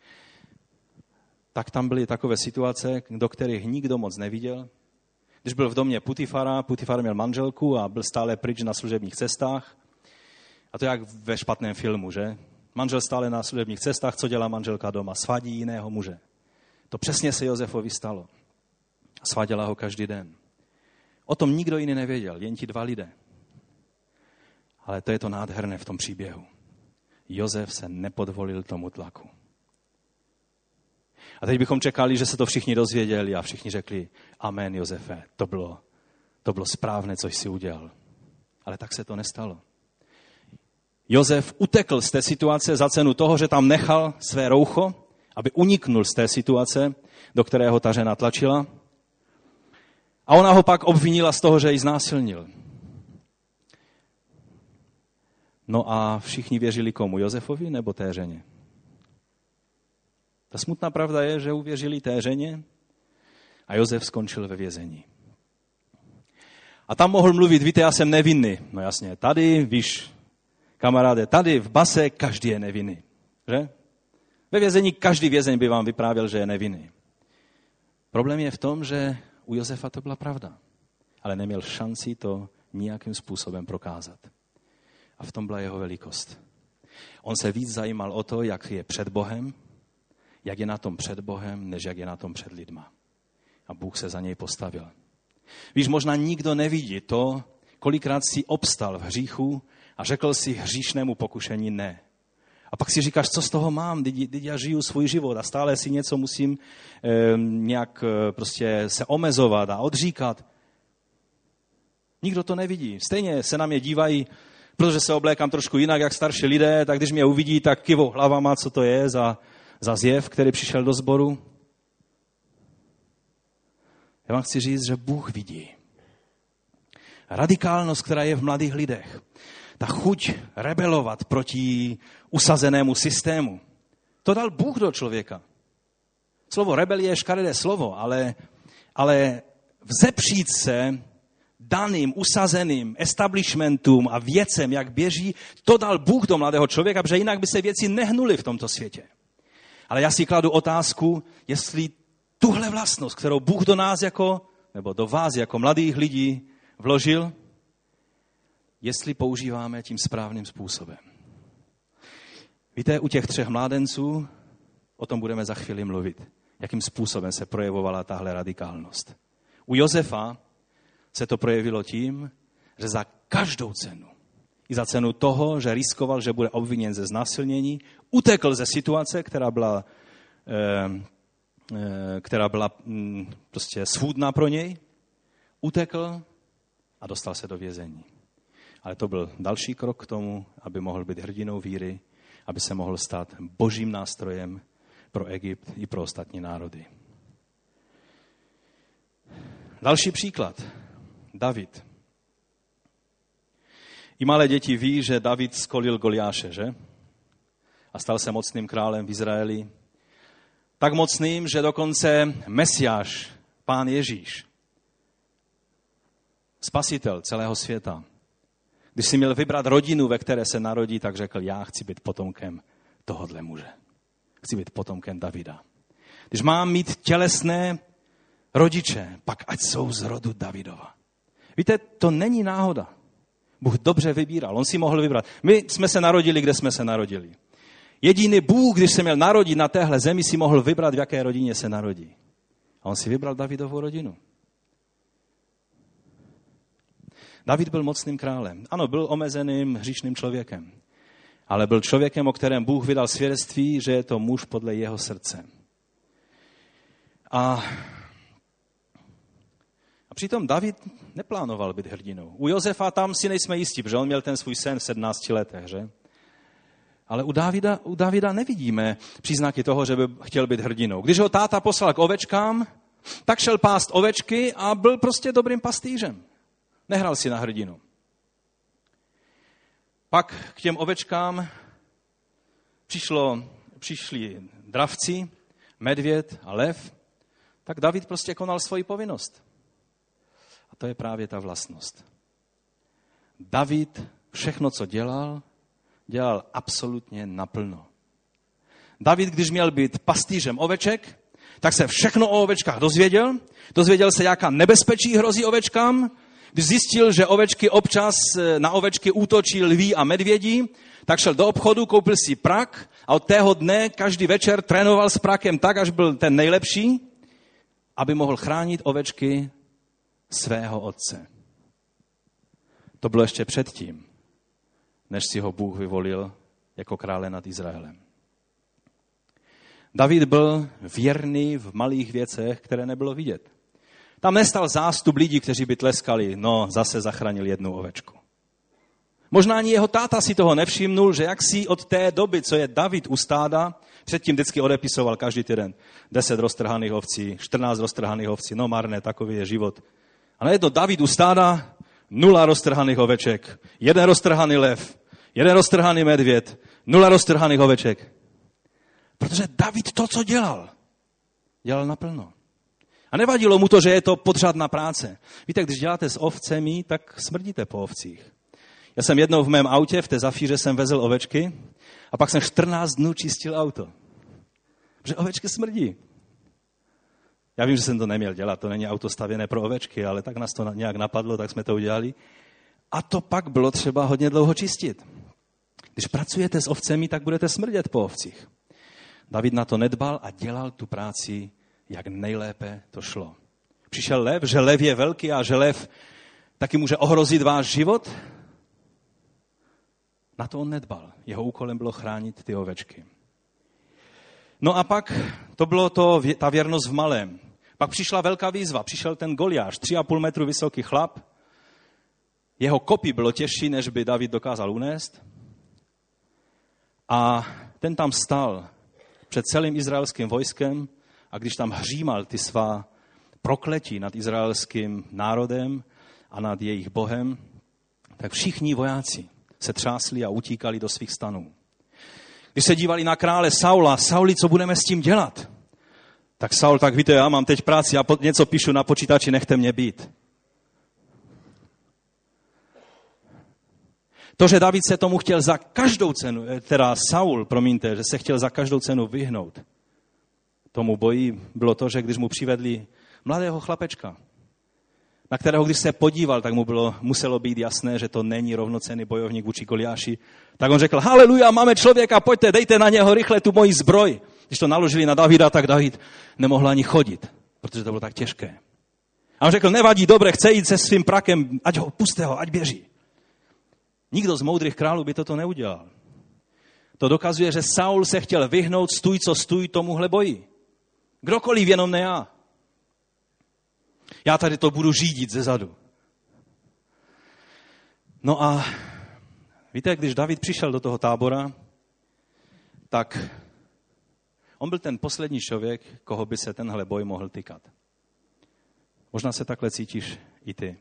tak tam byly takové situace, do kterých nikdo moc neviděl. Když byl v domě Putifara, Putifar měl manželku a byl stále pryč na služebních cestách. A to jak ve špatném filmu, že? Manžel stále na služebních cestách, co dělá manželka doma? Svadí jiného muže. To přesně se Josefovi stalo. Sváděla ho každý den. O tom nikdo jiný nevěděl, jen ti dva lidé. Ale to je to nádherné v tom příběhu. Josef se nepodvolil tomu tlaku. A teď bychom čekali, že se to všichni dozvěděli a všichni řekli, amen, Josefe, to bylo, to bylo správné, co jsi udělal. Ale tak se to nestalo. Josef utekl z té situace za cenu toho, že tam nechal své roucho, aby uniknul z té situace, do kterého ta žena tlačila. A ona ho pak obvinila z toho, že ji znásilnil. No a všichni věřili komu? Josefovi nebo té ženě? Ta smutná pravda je, že uvěřili té ženě a Josef skončil ve vězení. A tam mohl mluvit, víte, já jsem nevinný. No jasně, tady, víš, kamaráde, tady v base každý je nevinný. Že? Ve vězení každý vězeň by vám vyprávěl, že je nevinný. Problém je v tom, že u Josefa to byla pravda, ale neměl šanci to nějakým způsobem prokázat. A v tom byla jeho velikost. On se víc zajímal o to, jak je před Bohem, jak je na tom před Bohem, než jak je na tom před lidma. A Bůh se za něj postavil. Víš, možná nikdo nevidí to, kolikrát si obstal v hříchu a řekl si hříšnému pokušení ne. A pak si říkáš, co z toho mám, teď já žiju svůj život a stále si něco musím e, nějak e, prostě se omezovat a odříkat. Nikdo to nevidí. Stejně se na mě dívají, protože se oblékám trošku jinak, jak starší lidé, tak když mě uvidí, tak kivou hlavama, co to je za, za zjev, který přišel do sboru. Já vám chci říct, že Bůh vidí. Radikálnost, která je v mladých lidech. Ta chuť rebelovat proti usazenému systému. To dal Bůh do člověka. Slovo rebelie je škaredé slovo, ale, ale vzepřít se daným, usazeným establishmentům a věcem, jak běží, to dal Bůh do mladého člověka, protože jinak by se věci nehnuly v tomto světě. Ale já si kladu otázku, jestli tuhle vlastnost, kterou Bůh do nás jako, nebo do vás jako mladých lidí vložil, jestli používáme tím správným způsobem. Víte, u těch třech mládenců, o tom budeme za chvíli mluvit, jakým způsobem se projevovala tahle radikálnost. U Josefa se to projevilo tím, že za každou cenu, i za cenu toho, že riskoval, že bude obviněn ze znásilnění, utekl ze situace, která byla, eh, eh, která byla hm, prostě svůdná pro něj, utekl a dostal se do vězení. Ale to byl další krok k tomu, aby mohl být hrdinou víry, aby se mohl stát božím nástrojem pro Egypt i pro ostatní národy. Další příklad. David. I malé děti ví, že David skolil Goliáše, že? A stal se mocným králem v Izraeli. Tak mocným, že dokonce Mesiáš, Pán Ježíš, spasitel celého světa, Když si měl vybrat rodinu, ve které se narodí, tak řekl, já chci být potomkem tohodle muže. Chci být potomkem Davida. Když mám mít tělesné rodiče, pak ať jsou z rodu Davidova. Víte, to není náhoda. Bůh dobře vybíral, on si mohl vybrat. My jsme se narodili, kde jsme se narodili. Jediný Bůh, když se měl narodit na téhle zemi, si mohl vybrat, v jaké rodině se narodí. A on si vybral Davidovu rodinu. David byl mocným králem. Ano, byl omezeným hříšným člověkem. Ale byl člověkem, o kterém Bůh vydal svědectví, že je to muž podle jeho srdce. A, a přitom David neplánoval být hrdinou. U Josefa tam si nejsme jistí, protože on měl ten svůj sen v sedmnácti letech, že? Ale u Davida, u Davida nevidíme příznaky toho, že by chtěl být hrdinou. Když ho táta poslal k ovečkám, tak šel pást ovečky a byl prostě dobrým pastýřem. Nehral si na hrdinu. Pak k těm ovečkám přišlo, přišli dravci, medvěd a lev, tak David prostě konal svoji povinnost. A to je právě ta vlastnost. David všechno, co dělal, dělal absolutně naplno. David, když měl být pastýřem oveček, tak se všechno o ovečkách dozvěděl. Dozvěděl se, jaká nebezpečí hrozí ovečkám. Když zjistil, že ovečky občas na ovečky útočí lví a medvědi, tak šel do obchodu, koupil si prak a od tého dne každý večer trénoval s prakem tak, až byl ten nejlepší, aby mohl chránit ovečky svého otce. To bylo ještě předtím, než si ho Bůh vyvolil jako krále nad Izraelem. David byl věrný v malých věcech, které nebylo vidět. Tam nestal zástup lidí, kteří by tleskali, no zase zachránil jednu ovečku. Možná ani jeho táta si toho nevšimnul, že jak si od té doby, co je David u stáda, předtím vždycky odepisoval každý týden deset roztrhaných ovcí, čtrnáct roztrhaných ovcí, no marné, takový je život. A najednou David u stáda, nula roztrhaných oveček, jeden roztrhaný lev, jeden roztrhaný medvěd, nula roztrhaných oveček. Protože David to, co dělal, dělal naplno. A nevadilo mu to, že je to podřadná práce. Víte, když děláte s ovcemi, tak smrdíte po ovcích. Já jsem jednou v mém autě, v té Zafíře jsem vezl ovečky a pak jsem čtrnáct dnů čistil auto. Protože ovečky smrdí. Já vím, že jsem to neměl dělat, to není auto stavěné pro ovečky, ale tak nás to nějak napadlo, tak jsme to udělali. A to pak bylo třeba hodně dlouho čistit. Když pracujete s ovcemi, tak budete smrdět po ovcích. David na to nedbal a dělal tu práci, jak nejlépe to šlo. Přišel lev, že lev je velký a že lev taky může ohrozit váš život. Na to on nedbal. Jeho úkolem bylo chránit ty ovečky. No a pak to bylo to, ta věrnost v malém. Pak přišla velká výzva. Přišel ten Goliáš, tři a půl metru vysoký chlap. Jeho kopí bylo těžší, než by David dokázal unést. A ten tam stál před celým izraelským vojskem a když tam hřímal ty svá prokletí nad izraelským národem a nad jejich Bohem, tak všichni vojáci se třásli a utíkali do svých stanů. Když se dívali na krále Saula, Sauli, co budeme s tím dělat? Tak Saul, tak víte, já mám teď práci, já něco píšu na počítači, nechte mě být. To, že David se tomu chtěl za každou cenu, teda Saul, promiňte, že se chtěl za každou cenu vyhnout tomu boji, bylo to, že když mu přivedli mladého chlapečka, na kterého když se podíval, tak mu bylo, muselo být jasné, že to není rovnocenný bojovník vůči Goliáši, tak on řekl, haleluja, máme člověka, pojďte, dejte na něho rychle tu moji zbroj. Když to naložili na Davida, tak David nemohl ani chodit, protože to bylo tak těžké. A on řekl, nevadí, dobré, chce jít se svým prakem, ať ho, puste ho, ať běží. Nikdo z moudrých králů by toto neudělal. To dokazuje, že Saul se chtěl vyhnout stůj, co stůj tomuhle boji. Kdokoliv, jenom ne já. Já tady to budu řídit zezadu. No a víte, když David přišel do toho tábora, tak on byl ten poslední člověk, koho by se tenhle boj mohl týkat. Možná se takhle cítíš i ty.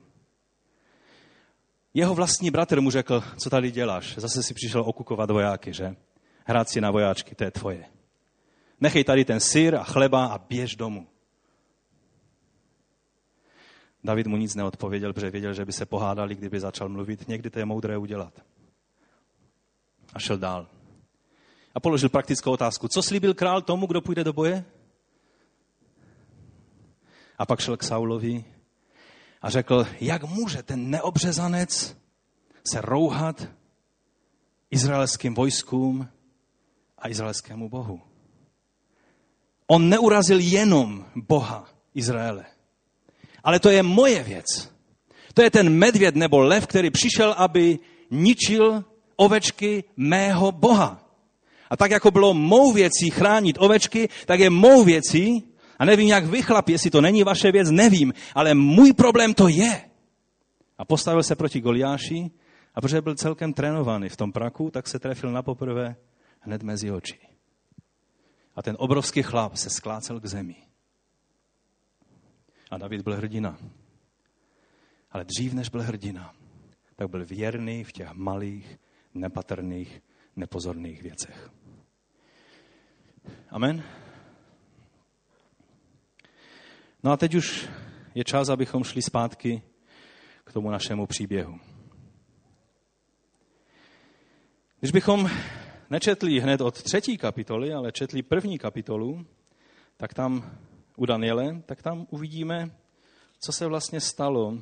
Jeho vlastní bratr mu řekl, co tady děláš? Zase si přišel okukovat vojáky, že? Hrát si na vojáčky, to je tvoje. Nechej tady ten syr a chleba a běž domů. David mu nic neodpověděl, protože věděl, že by se pohádali, kdyby začal mluvit. Někdy to je moudré udělat. A šel dál. A položil praktickou otázku. Co slíbil král tomu, kdo půjde do boje? A pak šel k Saulovi a řekl, jak může ten neobřezanec se rouhat izraelským vojskům a izraelskému Bohu. On neurazil jenom Boha Izraele. Ale to je moje věc. To je ten medvěd nebo lev, který přišel, aby ničil ovečky mého Boha. A tak jako bylo mou věcí chránit ovečky, tak je mou věcí, a nevím, jak vy chlapi, jestli to není vaše věc, nevím, ale můj problém to je. A postavil se proti Goliáši, a protože byl celkem trénovaný v tom praku, tak se trefil na poprvé hned mezi oči. A ten obrovský chlap se sklácel k zemi. A David byl hrdina. Ale dřív, než byl hrdina, tak byl věrný v těch malých, nepatrných, nepozorných věcech. Amen. No a teď už je čas, abychom šli zpátky k tomu našemu příběhu. Když bychom nečetli hned od třetí kapitoly, ale četli první kapitolu, tak tam u Daniele, tak tam uvidíme, co se vlastně stalo.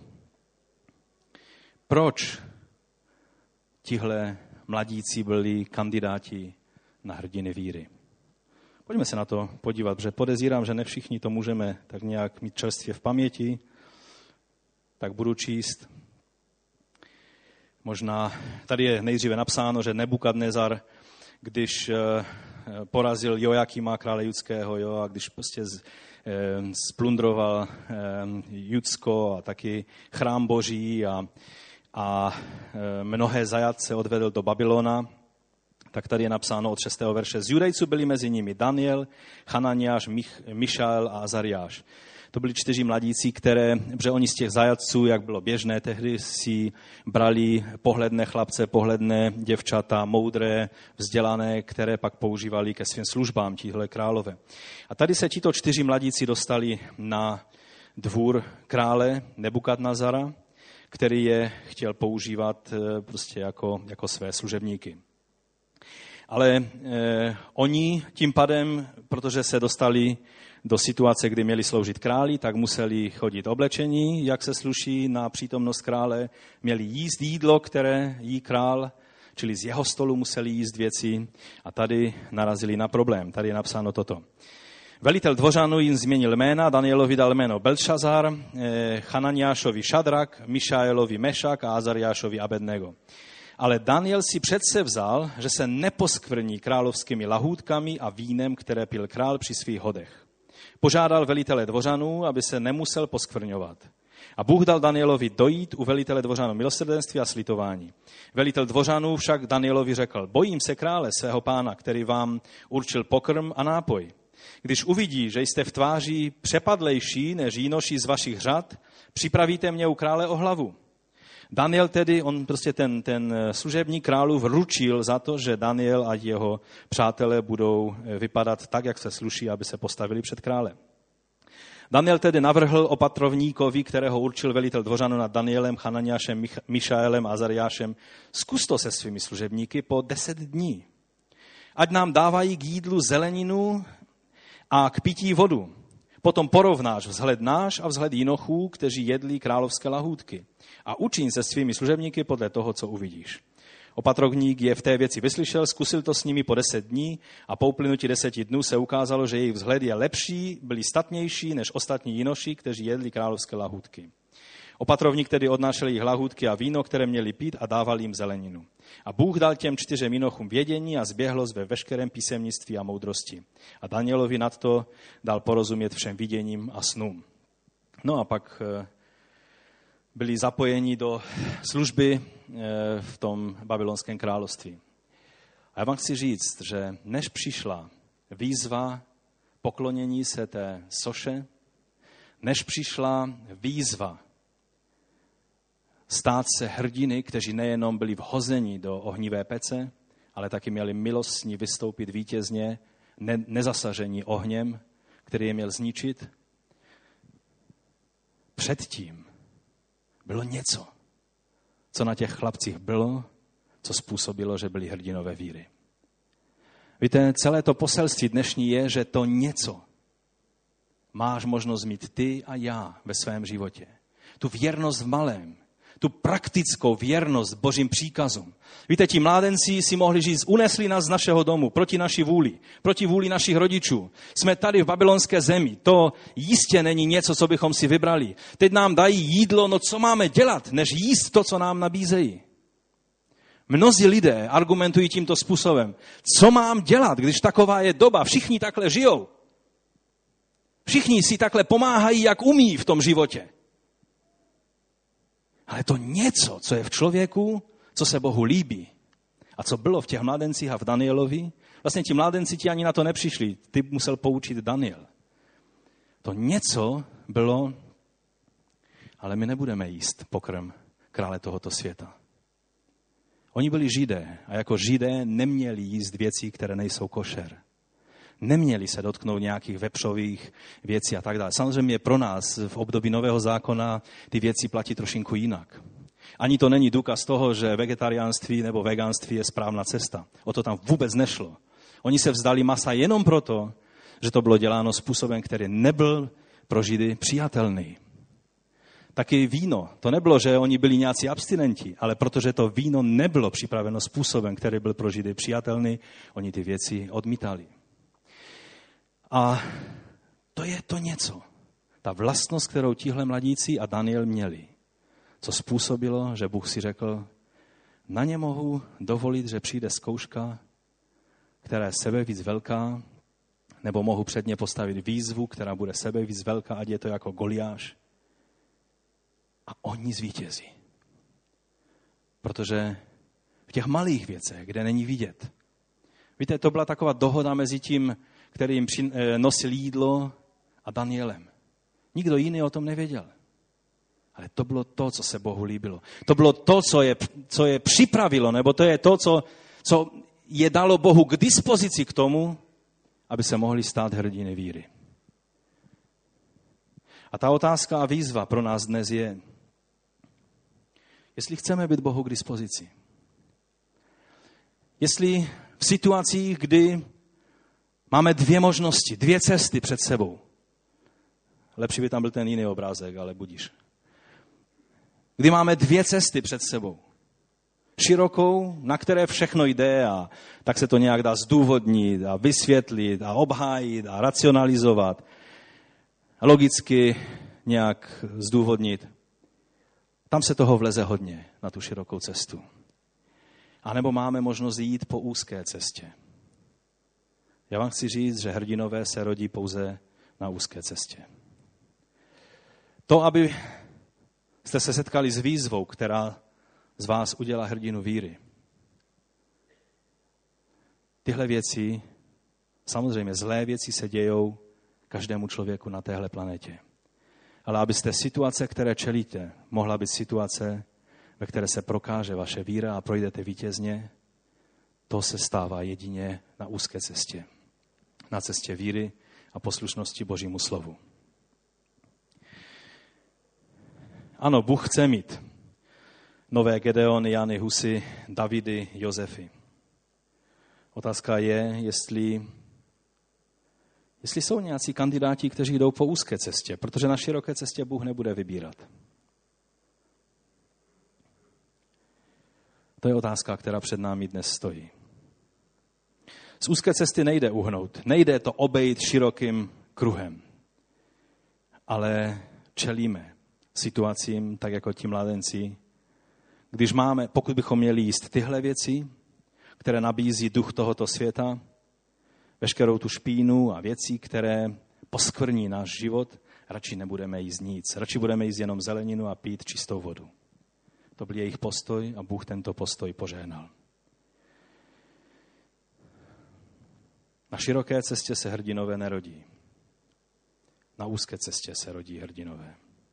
Proč tihle mladíci byli kandidáti na hrdiny víry. Pojďme se na to podívat, protože podezírám, že ne všichni to můžeme tak nějak mít čerstvě v paměti. Tak budu číst. Možná tady je nejdříve napsáno, že Nebukadnezar, když porazil Jojakima, krále judského, jo, a když prostě splundroval Judsko a taky chrám Boží a, a mnohé zajatce odvedl do Babylona, tak tady je napsáno od šestého verše. Z Judejců byli mezi nimi Daniel, Hananiáš, Mich, Mišael a Azariáš. To byli čtyři mladíci, které, protože oni z těch zajatců, jak bylo běžné, tehdy si brali pohledné chlapce, pohledné děvčata, moudré, vzdělané, které pak používali ke svým službám, tihle králové. A tady se tito čtyři mladíci dostali na dvůr krále Nebukadnezara, který je chtěl používat prostě jako, jako své služebníky. Ale eh, oni tím pádem, protože se dostali do situace, kdy měli sloužit králi, tak museli chodit oblečení, jak se sluší na přítomnost krále, měli jíst jídlo, které jí král, čili z jeho stolu museli jíst věci a tady narazili na problém. Tady je napsáno toto. Velitel dvořanů jim změnil jména, Danielovi dal jméno Belšazar, eh, Hananiášovi Šadrak, Mišaelovi Mešak a Azariášovi Abednego. Ale Daniel si přece vzal, že se neposkvrní královskými lahůdkami a vínem, které pil král při svých hodech. Požádal velitele dvořanů, aby se nemusel poskvrňovat. A Bůh dal Danielovi dojít u velitele dvořanů milosrdenství a slitování. Velitel dvořanů však Danielovi řekl, bojím se krále, svého pána, který vám určil pokrm a nápoj. Když uvidí, že jste v tváři přepadlejší než jínoši z vašich řad, připravíte mě u krále o hlavu. Daniel tedy, on prostě ten, ten služebník králův ručil za to, že Daniel a jeho přátelé budou vypadat tak, jak se sluší, aby se postavili před krále. Daniel tedy navrhl opatrovníkovi, kterého určil velitel dvořanů nad Danielem, Hananiášem, Mišaelem a Azariášem, zkus to se svými služebníky po deset dní. Ať nám dávají k jídlu zeleninu a k pití vodu. Potom porovnáš vzhled náš a vzhled jinochů, kteří jedli královské lahůdky. A učiň se svými služebníky podle toho, co uvidíš. Opatrovník je v té věci vyslyšel, zkusil to s nimi po deset dní a po uplynutí deseti dnů se ukázalo, že jejich vzhled je lepší, byli statnější než ostatní jinoši, kteří jedli královské lahůdky. Opatrovník tedy odnášel jejich lahůdky a víno, které měli pít a dával jim zeleninu. A Bůh dal těm čtyřem jinochům vědění a zběhlost ve veškerém písemnictví a moudrosti. A Danielovi nadto dal porozumět všem viděním a snům. No a pak byli zapojeni do služby v tom babylonském království. A já vám chci říct, že než přišla výzva poklonění se té soše, než přišla výzva stát se hrdiny, kteří nejenom byli vhozeni do ohnivé pece, ale taky měli milost s ní vystoupit vítězně, ne, nezasažení ohněm, který je měl zničit. Předtím Bylo něco, co na těch chlapcích bylo, co způsobilo, že byli hrdinové víry. Víte, celé to poselství dnešní je, že to něco máš možnost mít ty a já ve svém životě. Tu věrnost v malém, tu praktickou věrnost Božím příkazům. Víte, ti mládenci si mohli říct, unesli nás z našeho domu, proti naší vůli, proti vůli našich rodičů. Jsme tady v babylonské zemi, to jistě není něco, co bychom si vybrali. Teď nám dají jídlo, no co máme dělat, než jíst to, co nám nabízejí. Mnozí lidé argumentují tímto způsobem. Co mám dělat, když taková je doba? Všichni takhle žijou. Všichni si takhle pomáhají, jak umí v tom životě. Ale to něco, co je v člověku, co se Bohu líbí a co bylo v těch mládencích a v Danielovi, vlastně ti mládenci ti ani na to nepřišli. Ty musel poučit Daniel. To něco bylo, ale my nebudeme jíst pokrm krále tohoto světa. Oni byli Židé a jako Židé neměli jíst věcí, které nejsou košer. Neměli se dotknout nějakých vepřových věcí a tak dále. Samozřejmě pro nás v období Nového zákona ty věci platí trošinku jinak. Ani to není důkaz toho, že vegetariánství nebo veganství je správná cesta. O to tam vůbec nešlo. Oni se vzdali masa jenom proto, že to bylo děláno způsobem, který nebyl pro Židy přijatelný. Taky víno. To nebylo, že oni byli nějací abstinenti, ale protože to víno nebylo připraveno způsobem, který byl pro Židy přijatelný, oni ty věci odmítali. A to je to něco. Ta vlastnost, kterou tihle mladíci a Daniel měli, co způsobilo, že Bůh si řekl, na ně mohu dovolit, že přijde zkouška, která je sebevíc velká, nebo mohu před ně postavit výzvu, která bude sebevíc velká, ať je to jako Goliáš. A oni zvítězí. Protože v těch malých věcech, kde není vidět. Víte, to byla taková dohoda mezi tím, který jim nosil jídlo a Danielem. Nikdo jiný o tom nevěděl. Ale to bylo to, co se Bohu líbilo. To bylo to, co je, co je připravilo, nebo to je to, co, co je dalo Bohu k dispozici k tomu, aby se mohli stát hrdiny víry. A ta otázka a výzva pro nás dnes je, jestli chceme být Bohu k dispozici. Jestli v situacích, kdy máme dvě možnosti, dvě cesty před sebou. Lepší by tam byl ten jiný obrázek, ale budíš. Kdy máme dvě cesty před sebou. Širokou, na které všechno jde a tak se to nějak dá zdůvodnit a vysvětlit a obhájit a racionalizovat. A logicky nějak zdůvodnit. Tam se toho vleze hodně na tu širokou cestu. A nebo máme možnost jít po úzké cestě. Já vám chci říct, že hrdinové se rodí pouze na úzké cestě. To, aby jste se setkali s výzvou, která z vás udělá hrdinu víry. Tyhle věci, samozřejmě zlé věci se dějou každému člověku na téhle planetě. Ale abyste situace, které čelíte, mohla být situace, ve které se prokáže vaše víra a projdete vítězně, to se stává jedině na úzké cestě. Na cestě víry a poslušnosti Božímu slovu. Ano, Bůh chce mít nové Gedeony, Jany, Husy, Davidy, Josefy. Otázka je, jestli, jestli jsou nějací kandidáti, kteří jdou po úzké cestě, protože na široké cestě Bůh nebude vybírat. To je otázka, která před námi dnes stojí. Z úzké cesty nejde uhnout, nejde to obejít širokým kruhem, ale čelíme situacím, tak jako ti mladenci, když máme, pokud bychom měli jíst tyhle věci, které nabízí duch tohoto světa, veškerou tu špínu a věci, které poskvrní náš život, radši nebudeme jíst nic. Radši budeme jíst jenom zeleninu a pít čistou vodu. To byl jejich postoj a Bůh tento postoj požehnal. Na široké cestě se hrdinové nerodí. Na úzké cestě se rodí hrdinové.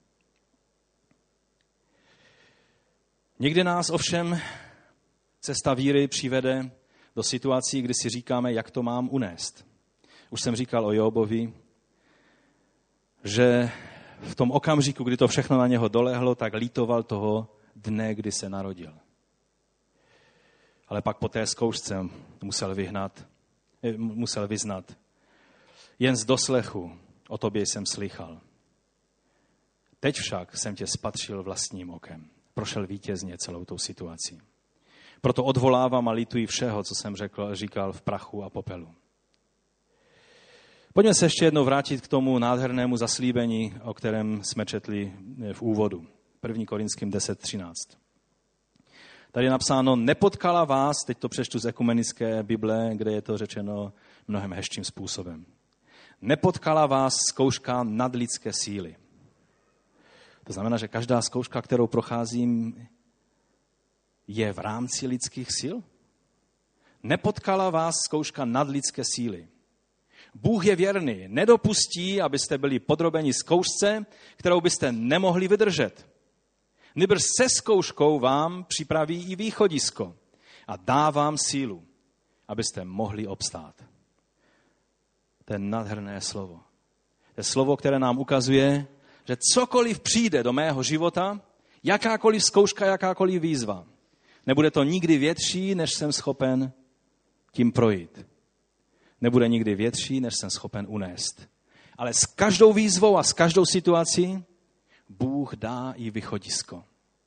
Někdy nás ovšem cesta víry přivede do situací, kdy si říkáme, jak to mám unést. Už jsem říkal o Jobovi, že v tom okamžiku, kdy to všechno na něho dolehlo, tak lítoval toho dne, kdy se narodil. Ale pak po té zkoušce musel vyhnat, musel vyznat. Jen z doslechu o tobě jsem slychal. Teď však jsem tě spatřil vlastním okem. Prošel vítězně celou tou situací. Proto odvolávám a lituji všeho, co jsem řekl, říkal v prachu a popelu. Pojďme se ještě jednou vrátit k tomu nádhernému zaslíbení, o kterém jsme četli v úvodu. první Korinským deset třináct. Tady je napsáno, nepotkala vás, teď to přečtu z ekumenické Bible, kde je to řečeno mnohem hezčím způsobem. Nepotkala vás zkouška nadlidské síly. To znamená, že každá zkouška, kterou procházím, je v rámci lidských sil? Nepotkala vás zkouška nadlidské síly. Bůh je věrný, nedopustí, abyste byli podrobeni zkoušce, kterou byste nemohli vydržet. Nýbrž se zkouškou vám připraví i východisko a dá vám sílu, abyste mohli obstát. To je nádherné slovo. To je slovo, které nám ukazuje, že cokoliv přijde do mého života, jakákoliv zkouška, jakákoliv výzva, nebude to nikdy větší, než jsem schopen tím projít. Nebude nikdy větší, než jsem schopen unést. Ale s každou výzvou a s každou situací Bůh dá i východisko.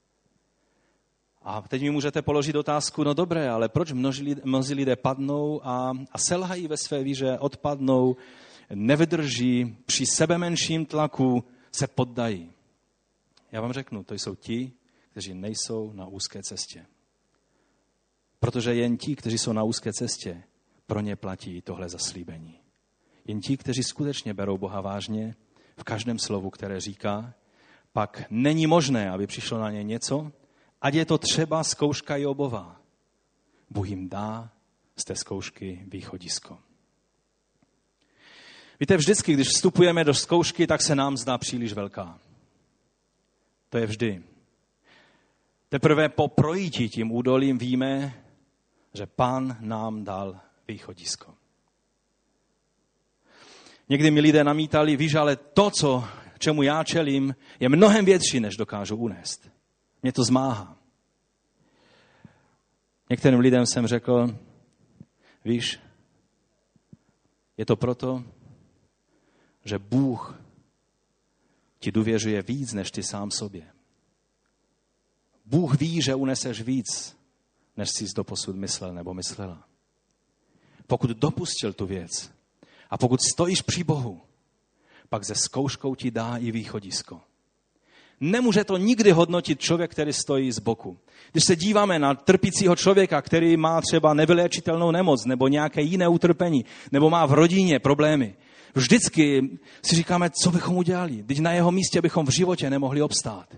A teď mi můžete položit otázku, no dobré, ale proč mnozí, mnozí lidé padnou a, a selhají ve své víře, odpadnou, nevydrží, při sebe menším tlaku se poddají. Já vám řeknu, to jsou ti, kteří nejsou na úzké cestě. Protože jen ti, kteří jsou na úzké cestě, pro ně platí tohle zaslíbení. Jen ti, kteří skutečně berou Boha vážně v každém slovu, které říká, pak není možné, aby přišlo na ně něco, ať je to třeba zkouška Jobova. Bůh jim dá z té zkoušky východisko. Víte, vždycky, když vstupujeme do zkoušky, tak se nám zdá příliš velká. To je vždy. Teprve po projití tím údolím víme, že Pán nám dal východisko. Někdy mi lidé namítali, víš, ale to, co, čemu já čelím, je mnohem větší, než dokážu unést. Mě to zmáhá. Některým lidem jsem řekl, víš, je to proto, že Bůh ti důvěřuje víc, než ty sám sobě. Bůh ví, že uneseš víc, než jsi doposud myslel nebo myslela. Pokud dopustil tu věc a pokud stojíš při Bohu, pak ze zkouškou ti dá i východisko. Nemůže to nikdy hodnotit člověk, který stojí z boku. Když se díváme na trpícího člověka, který má třeba nevyléčitelnou nemoc nebo nějaké jiné utrpení, nebo má v rodině problémy, vždycky si říkáme, co bychom udělali. Teď na jeho místě bychom v životě nemohli obstát.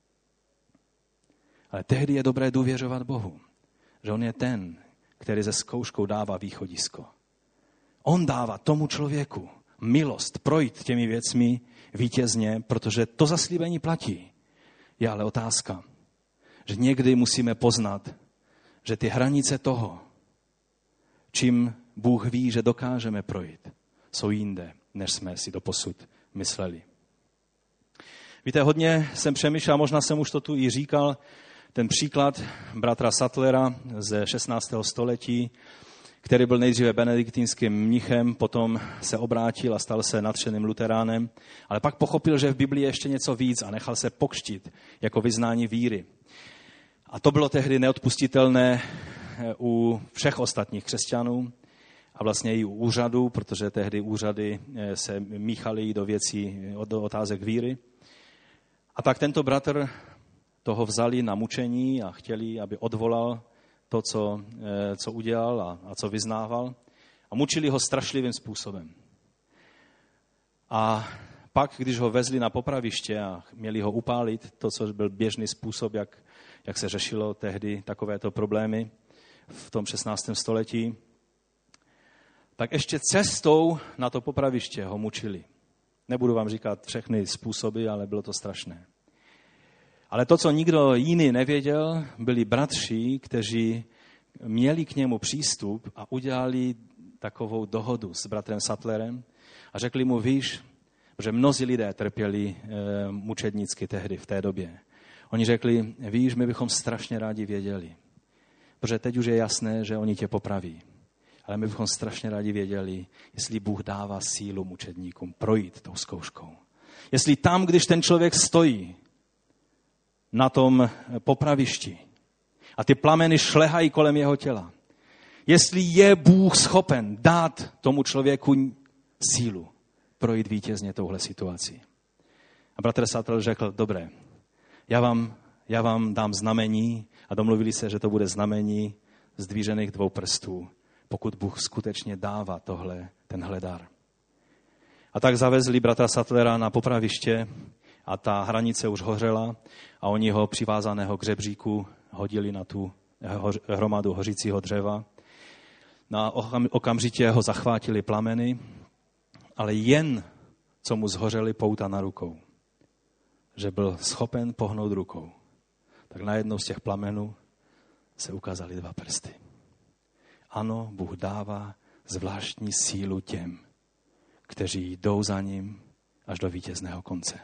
Ale tehdy je dobré důvěřovat Bohu, že on je ten, který ze zkouškou dává východisko. On dává tomu člověku milost projít těmi věcmi vítězně, protože to zaslíbení platí. Je ale otázka, že někdy musíme poznat, že ty hranice toho, čím Bůh ví, že dokážeme projít, jsou jinde, než jsme si doposud mysleli. Víte, hodně jsem přemýšlel, možná jsem už to tu i říkal, ten příklad bratra Sattlera ze šestnáctého století, který byl nejdříve benediktínským mnichem, potom se obrátil a stal se nadšeným luteránem, ale pak pochopil, že v Biblii je ještě něco víc a nechal se pokřtít jako vyznání víry. A to bylo tehdy neodpustitelné u všech ostatních křesťanů a vlastně i u úřadů, protože tehdy úřady se míchaly do věcí, do otázek víry. A tak tento bratr toho vzali na mučení a chtěli, aby odvolal to, co, co udělal a, a co vyznával. A mučili ho strašlivým způsobem. A pak, když ho vezli na popraviště a měli ho upálit, to, co byl běžný způsob, jak, jak se řešilo tehdy takovéto problémy v tom šestnáctém století, tak ještě cestou na to popraviště ho mučili. Nebudu vám říkat všechny způsoby, ale bylo to strašné. Ale to, co nikdo jiný nevěděl, byli bratři, kteří měli k němu přístup a udělali takovou dohodu s bratrem Sattlerem a řekli mu, víš, Protože mnozí lidé trpěli e, mučednicky tehdy, v té době. Oni řekli, víš, my bychom strašně rádi věděli. Protože teď už je jasné, že oni tě popraví. Ale my bychom strašně rádi věděli, jestli Bůh dává sílu mučedníkům projít tou zkouškou. Jestli tam, když ten člověk stojí na tom popravišti a ty plameny šlehají kolem jeho těla, jestli je Bůh schopen dát tomu člověku sílu projít vítězně touhle situací. A bratr Sattler řekl, dobré, já vám, já vám dám znamení a domluvili se, že to bude znamení zdvížených dvou prstů, pokud Bůh skutečně dává tohle, tenhle dar. A tak zavezli bratra Sattlera na popraviště a ta hranice už hořela a oni ho přivázaného k řebříku hodili na tu hromadu hořícího dřeva. Na okamžitě ho zachvátili plameny, ale jen co mu zhořely pouta na rukou, že byl schopen pohnout rukou, tak najednou z těch plamenů se ukázaly dva prsty. Ano, Bůh dává zvláštní sílu těm, kteří jdou za ním až do vítězného konce.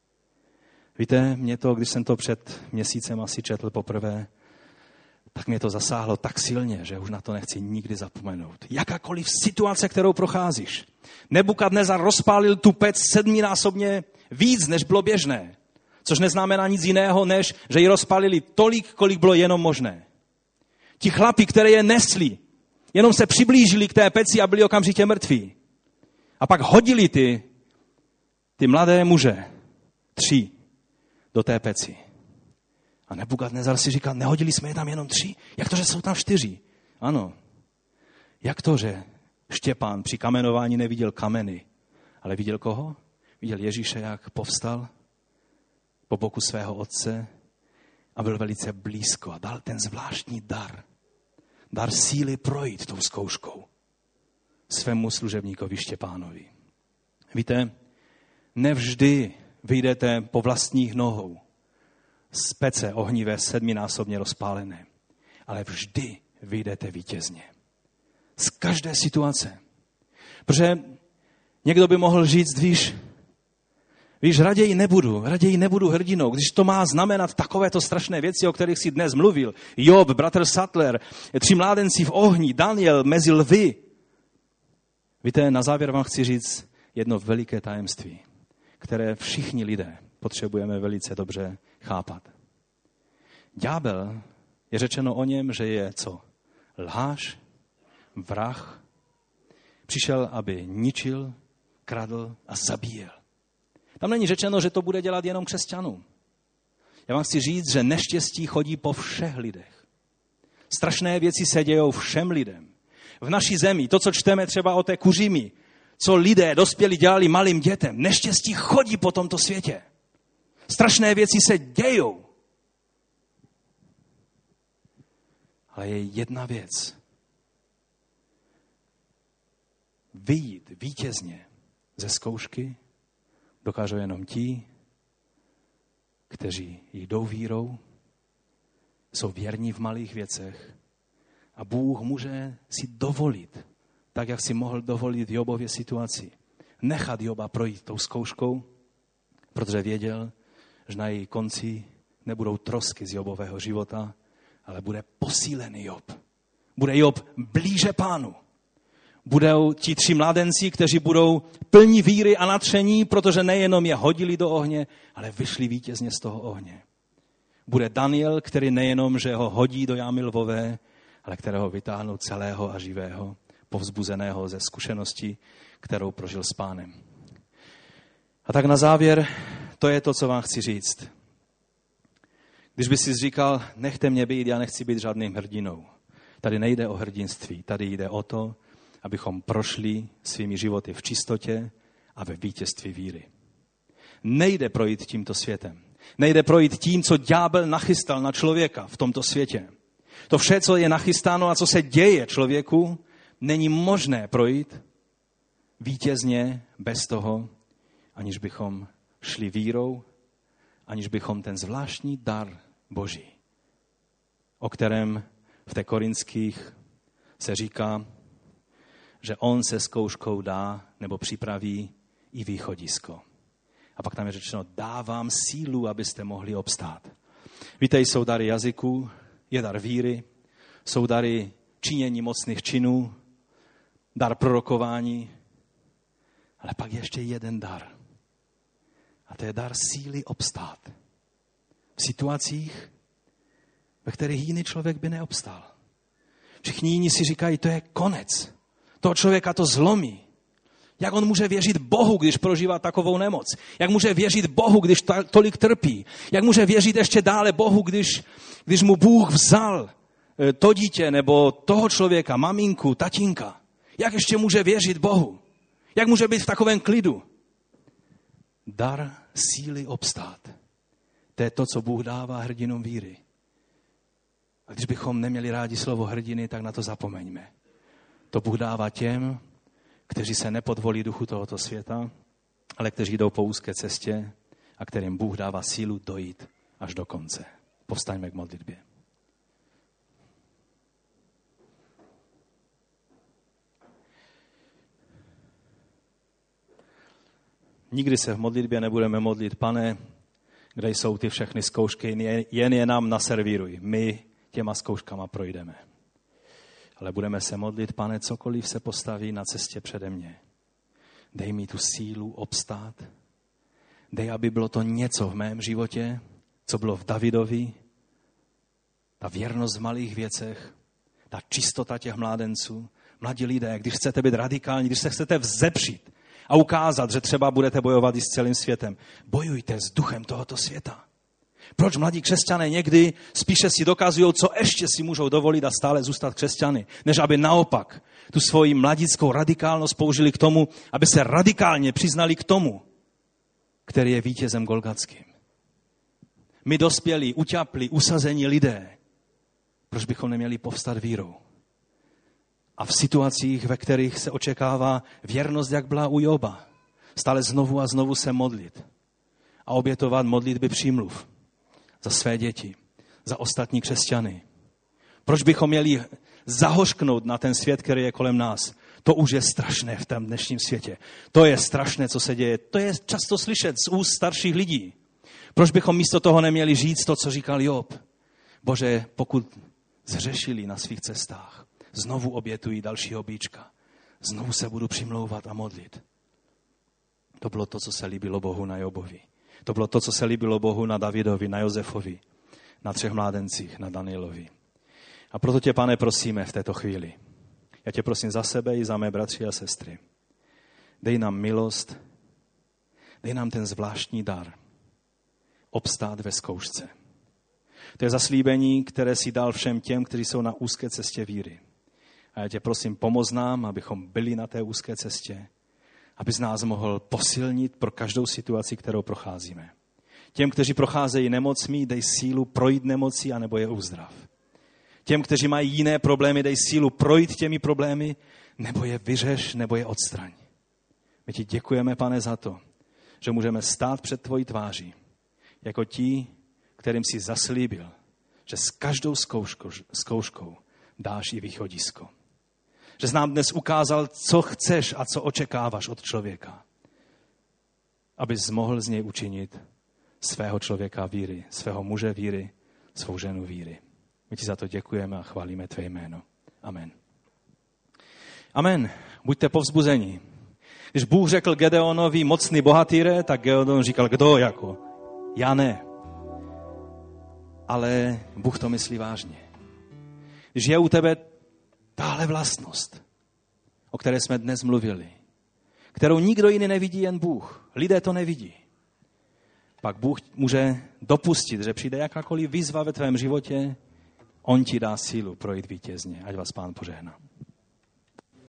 Víte, mě to, když jsem to před měsícem asi četl poprvé, tak mě to zasáhlo tak silně, že už na to nechci nikdy zapomenout. Jakákoliv situace, kterou procházíš. Nebukadnezar rozpálil tu pec sedminásobně víc, než bylo běžné. Což neznamená nic jiného, než že ji rozpálili tolik, kolik bylo jenom možné. Ti chlapi, které je nesli, jenom se přiblížili k té peci a byli okamžitě mrtví. A pak hodili ty, ty mladé muže, tři, do té peci. A Nebukadnezar si říkal, nehodili jsme je tam jenom tři? Jak to, že jsou tam čtyři? Ano. Jak to, že Štěpán při kamenování neviděl kameny, ale viděl koho? Viděl Ježíše, jak povstal po boku svého otce a byl velice blízko a dal ten zvláštní dar. Dar síly projít tou zkouškou svému služebníkovi Štěpánovi. Víte, nevždy vyjdete po vlastních nohou z pece ohnivé sedminásobně rozpálené, ale vždy vyjdete vítězně. Z každé situace. Protože někdo by mohl říct, víš, víš, raději nebudu, raději nebudu hrdinou, když to má znamenat takovéto strašné věci, o kterých si dnes mluvil. Job, bratr Sattler, tři mládenci v ohni, Daniel mezi lvy. Víte, na závěr vám chci říct jedno veliké tajemství, které všichni lidé potřebujeme velice dobře chápat. Ďábel, je řečeno o něm, že je co? Lhář, vrah, přišel, aby ničil, kradl a zabíjel. Tam není řečeno, že to bude dělat jenom křesťanům. Já vám chci říct, že neštěstí chodí po všech lidech. Strašné věci se dějou všem lidem. V naší zemi, to, co čteme třeba o té kuřimi, co lidé dospělí dělali malým dětem, neštěstí chodí po tomto světě. Strašné věci se dějou. Ale je jedna věc. Vyjít vítězně ze zkoušky dokážou jenom ti, kteří jdou vírou, jsou věrní v malých věcech a Bůh může si dovolit, tak jak si mohl dovolit Jobově situaci, nechat Joba projít tou zkouškou, protože věděl, že na její konci nebudou trosky z Jobového života, ale bude posílený Job. Bude Job blíže Pánu. Budou ti tři mladenci, kteří budou plní víry a nadšení, protože nejenom je hodili do ohně, ale vyšli vítězně z toho ohně. Bude Daniel, který nejenom, že ho hodí do jámy lvové, ale kterého vytáhnou celého a živého, povzbuzeného ze zkušenosti, kterou prožil s Pánem. A tak na závěr, to je to, co vám chci říct. Když by si říkal, nechte mě být, já nechci být žádným hrdinou. Tady nejde o hrdinství, tady jde o to, abychom prošli svými životy v čistotě a ve vítězství víry. Nejde projít tímto světem. Nejde projít tím, co ďábel nachystal na člověka v tomto světě. To vše, co je nachystáno a co se děje člověku, není možné projít vítězně bez toho, aniž bychom šli vírou, aniž bychom ten zvláštní dar Boží, o kterém v té Korinských se říká, že on se zkouškou dá nebo připraví i východisko. A pak tam je řečeno, dávám sílu, abyste mohli obstát. Víte, jsou dary jazyků, je dar víry, jsou dary činění mocných činů, dar prorokování, ale pak ještě jeden dar. A to je dar síly obstát. V situacích, ve kterých jiný člověk by neobstál. Všichni jiní si říkají, to je konec. Toho člověka to zlomí. Jak on může věřit Bohu, když prožívá takovou nemoc? Jak může věřit Bohu, když ta, tolik trpí? Jak může věřit ještě dále Bohu, když, když mu Bůh vzal to dítě nebo toho člověka, maminku, tatínka? Jak ještě může věřit Bohu? Jak může být v takovém klidu? Dar síly obstát. To je to, co Bůh dává hrdinům víry. A když bychom neměli rádi slovo hrdiny, tak na to zapomeňme. To Bůh dává těm, kteří se nepodvolí duchu tohoto světa, ale kteří jdou po úzké cestě a kterým Bůh dává sílu dojít až do konce. Povstaňme k modlitbě. Nikdy se v modlitbě nebudeme modlit, Pane, kde jsou ty všechny zkoušky, jen je nám naservíruj. My těma zkouškama projdeme. Ale budeme se modlit, Pane, cokoliv se postaví na cestě přede mě. Dej mi tu sílu obstát. Dej, aby bylo to něco v mém životě, co bylo v Davidovi. Ta věrnost v malých věcech, ta čistota těch mládenců. Mladí lidé, když chcete být radikální, když se chcete vzepřít a ukázat, že třeba budete bojovat i s celým světem, bojujte s duchem tohoto světa. Proč mladí křesťané někdy spíše si dokazují, co ještě si můžou dovolit a stále zůstat křesťany, než aby naopak tu svoji mladickou radikálnost použili k tomu, aby se radikálně přiznali k tomu, který je vítězem golgatským. My dospělí, uťaplí, usazení lidé, proč bychom neměli povstat vírou? A v situacích, ve kterých se očekává věrnost, jak byla u Joba, stále znovu a znovu se modlit a obětovat modlitby přímluv za své děti, za ostatní křesťany. Proč bychom měli zahořknout na ten svět, který je kolem nás? To už je strašné v tom dnešním světě. To je strašné, co se děje. To je často slyšet z úst starších lidí. Proč bychom místo toho neměli říct to, co říkal Job? Bože, pokud zřešili na svých cestách, znovu obětují další obíčka. Znovu se budu přimlouvat a modlit. To bylo to, co se líbilo Bohu na Jobovi. To bylo to, co se líbilo Bohu na Davidovi, na Josefovi, na třech mládencích, na Danielovi. A proto tě, Pane, prosíme v této chvíli. Já tě prosím za sebe i za mé bratři a sestry. Dej nám milost, dej nám ten zvláštní dar. Obstát ve zkoušce. To je zaslíbení, které si dal všem těm, kteří jsou na úzké cestě víry. A já tě prosím, pomoz nám, abychom byli na té úzké cestě, abys nás mohl posilnit pro každou situaci, kterou procházíme. Těm, kteří procházejí nemocmi, dej sílu projít nemocí anebo je uzdrav. Těm, kteří mají jiné problémy, dej sílu projít těmi problémy, nebo je vyřeš, nebo je odstraň. My ti děkujeme, Pane, za to, že můžeme stát před tvojí tváří, jako ti, kterým jsi zaslíbil, že s každou zkouškou, zkouškou dáš i východisko. Že jsi nám dnes ukázal, co chceš a co očekáváš od člověka. Abys mohl z něj učinit svého člověka víry, svého muže víry, svou ženu víry. My ti za to děkujeme a chválíme tvé jméno. Amen. Amen. Buďte povzbuzeni. Když Bůh řekl Gedeonovi mocný bohatýre, tak Gedeon říkal, kdo jako? Já ne. Ale Bůh to myslí vážně. Když je u tebe tahle vlastnost, o které jsme dnes mluvili, kterou nikdo jiný nevidí, jen Bůh. Lidé to nevidí. Pak Bůh může dopustit, že přijde jakákoliv výzva ve tvém životě, on ti dá sílu projít vítězně. Ať vás Pán požehná.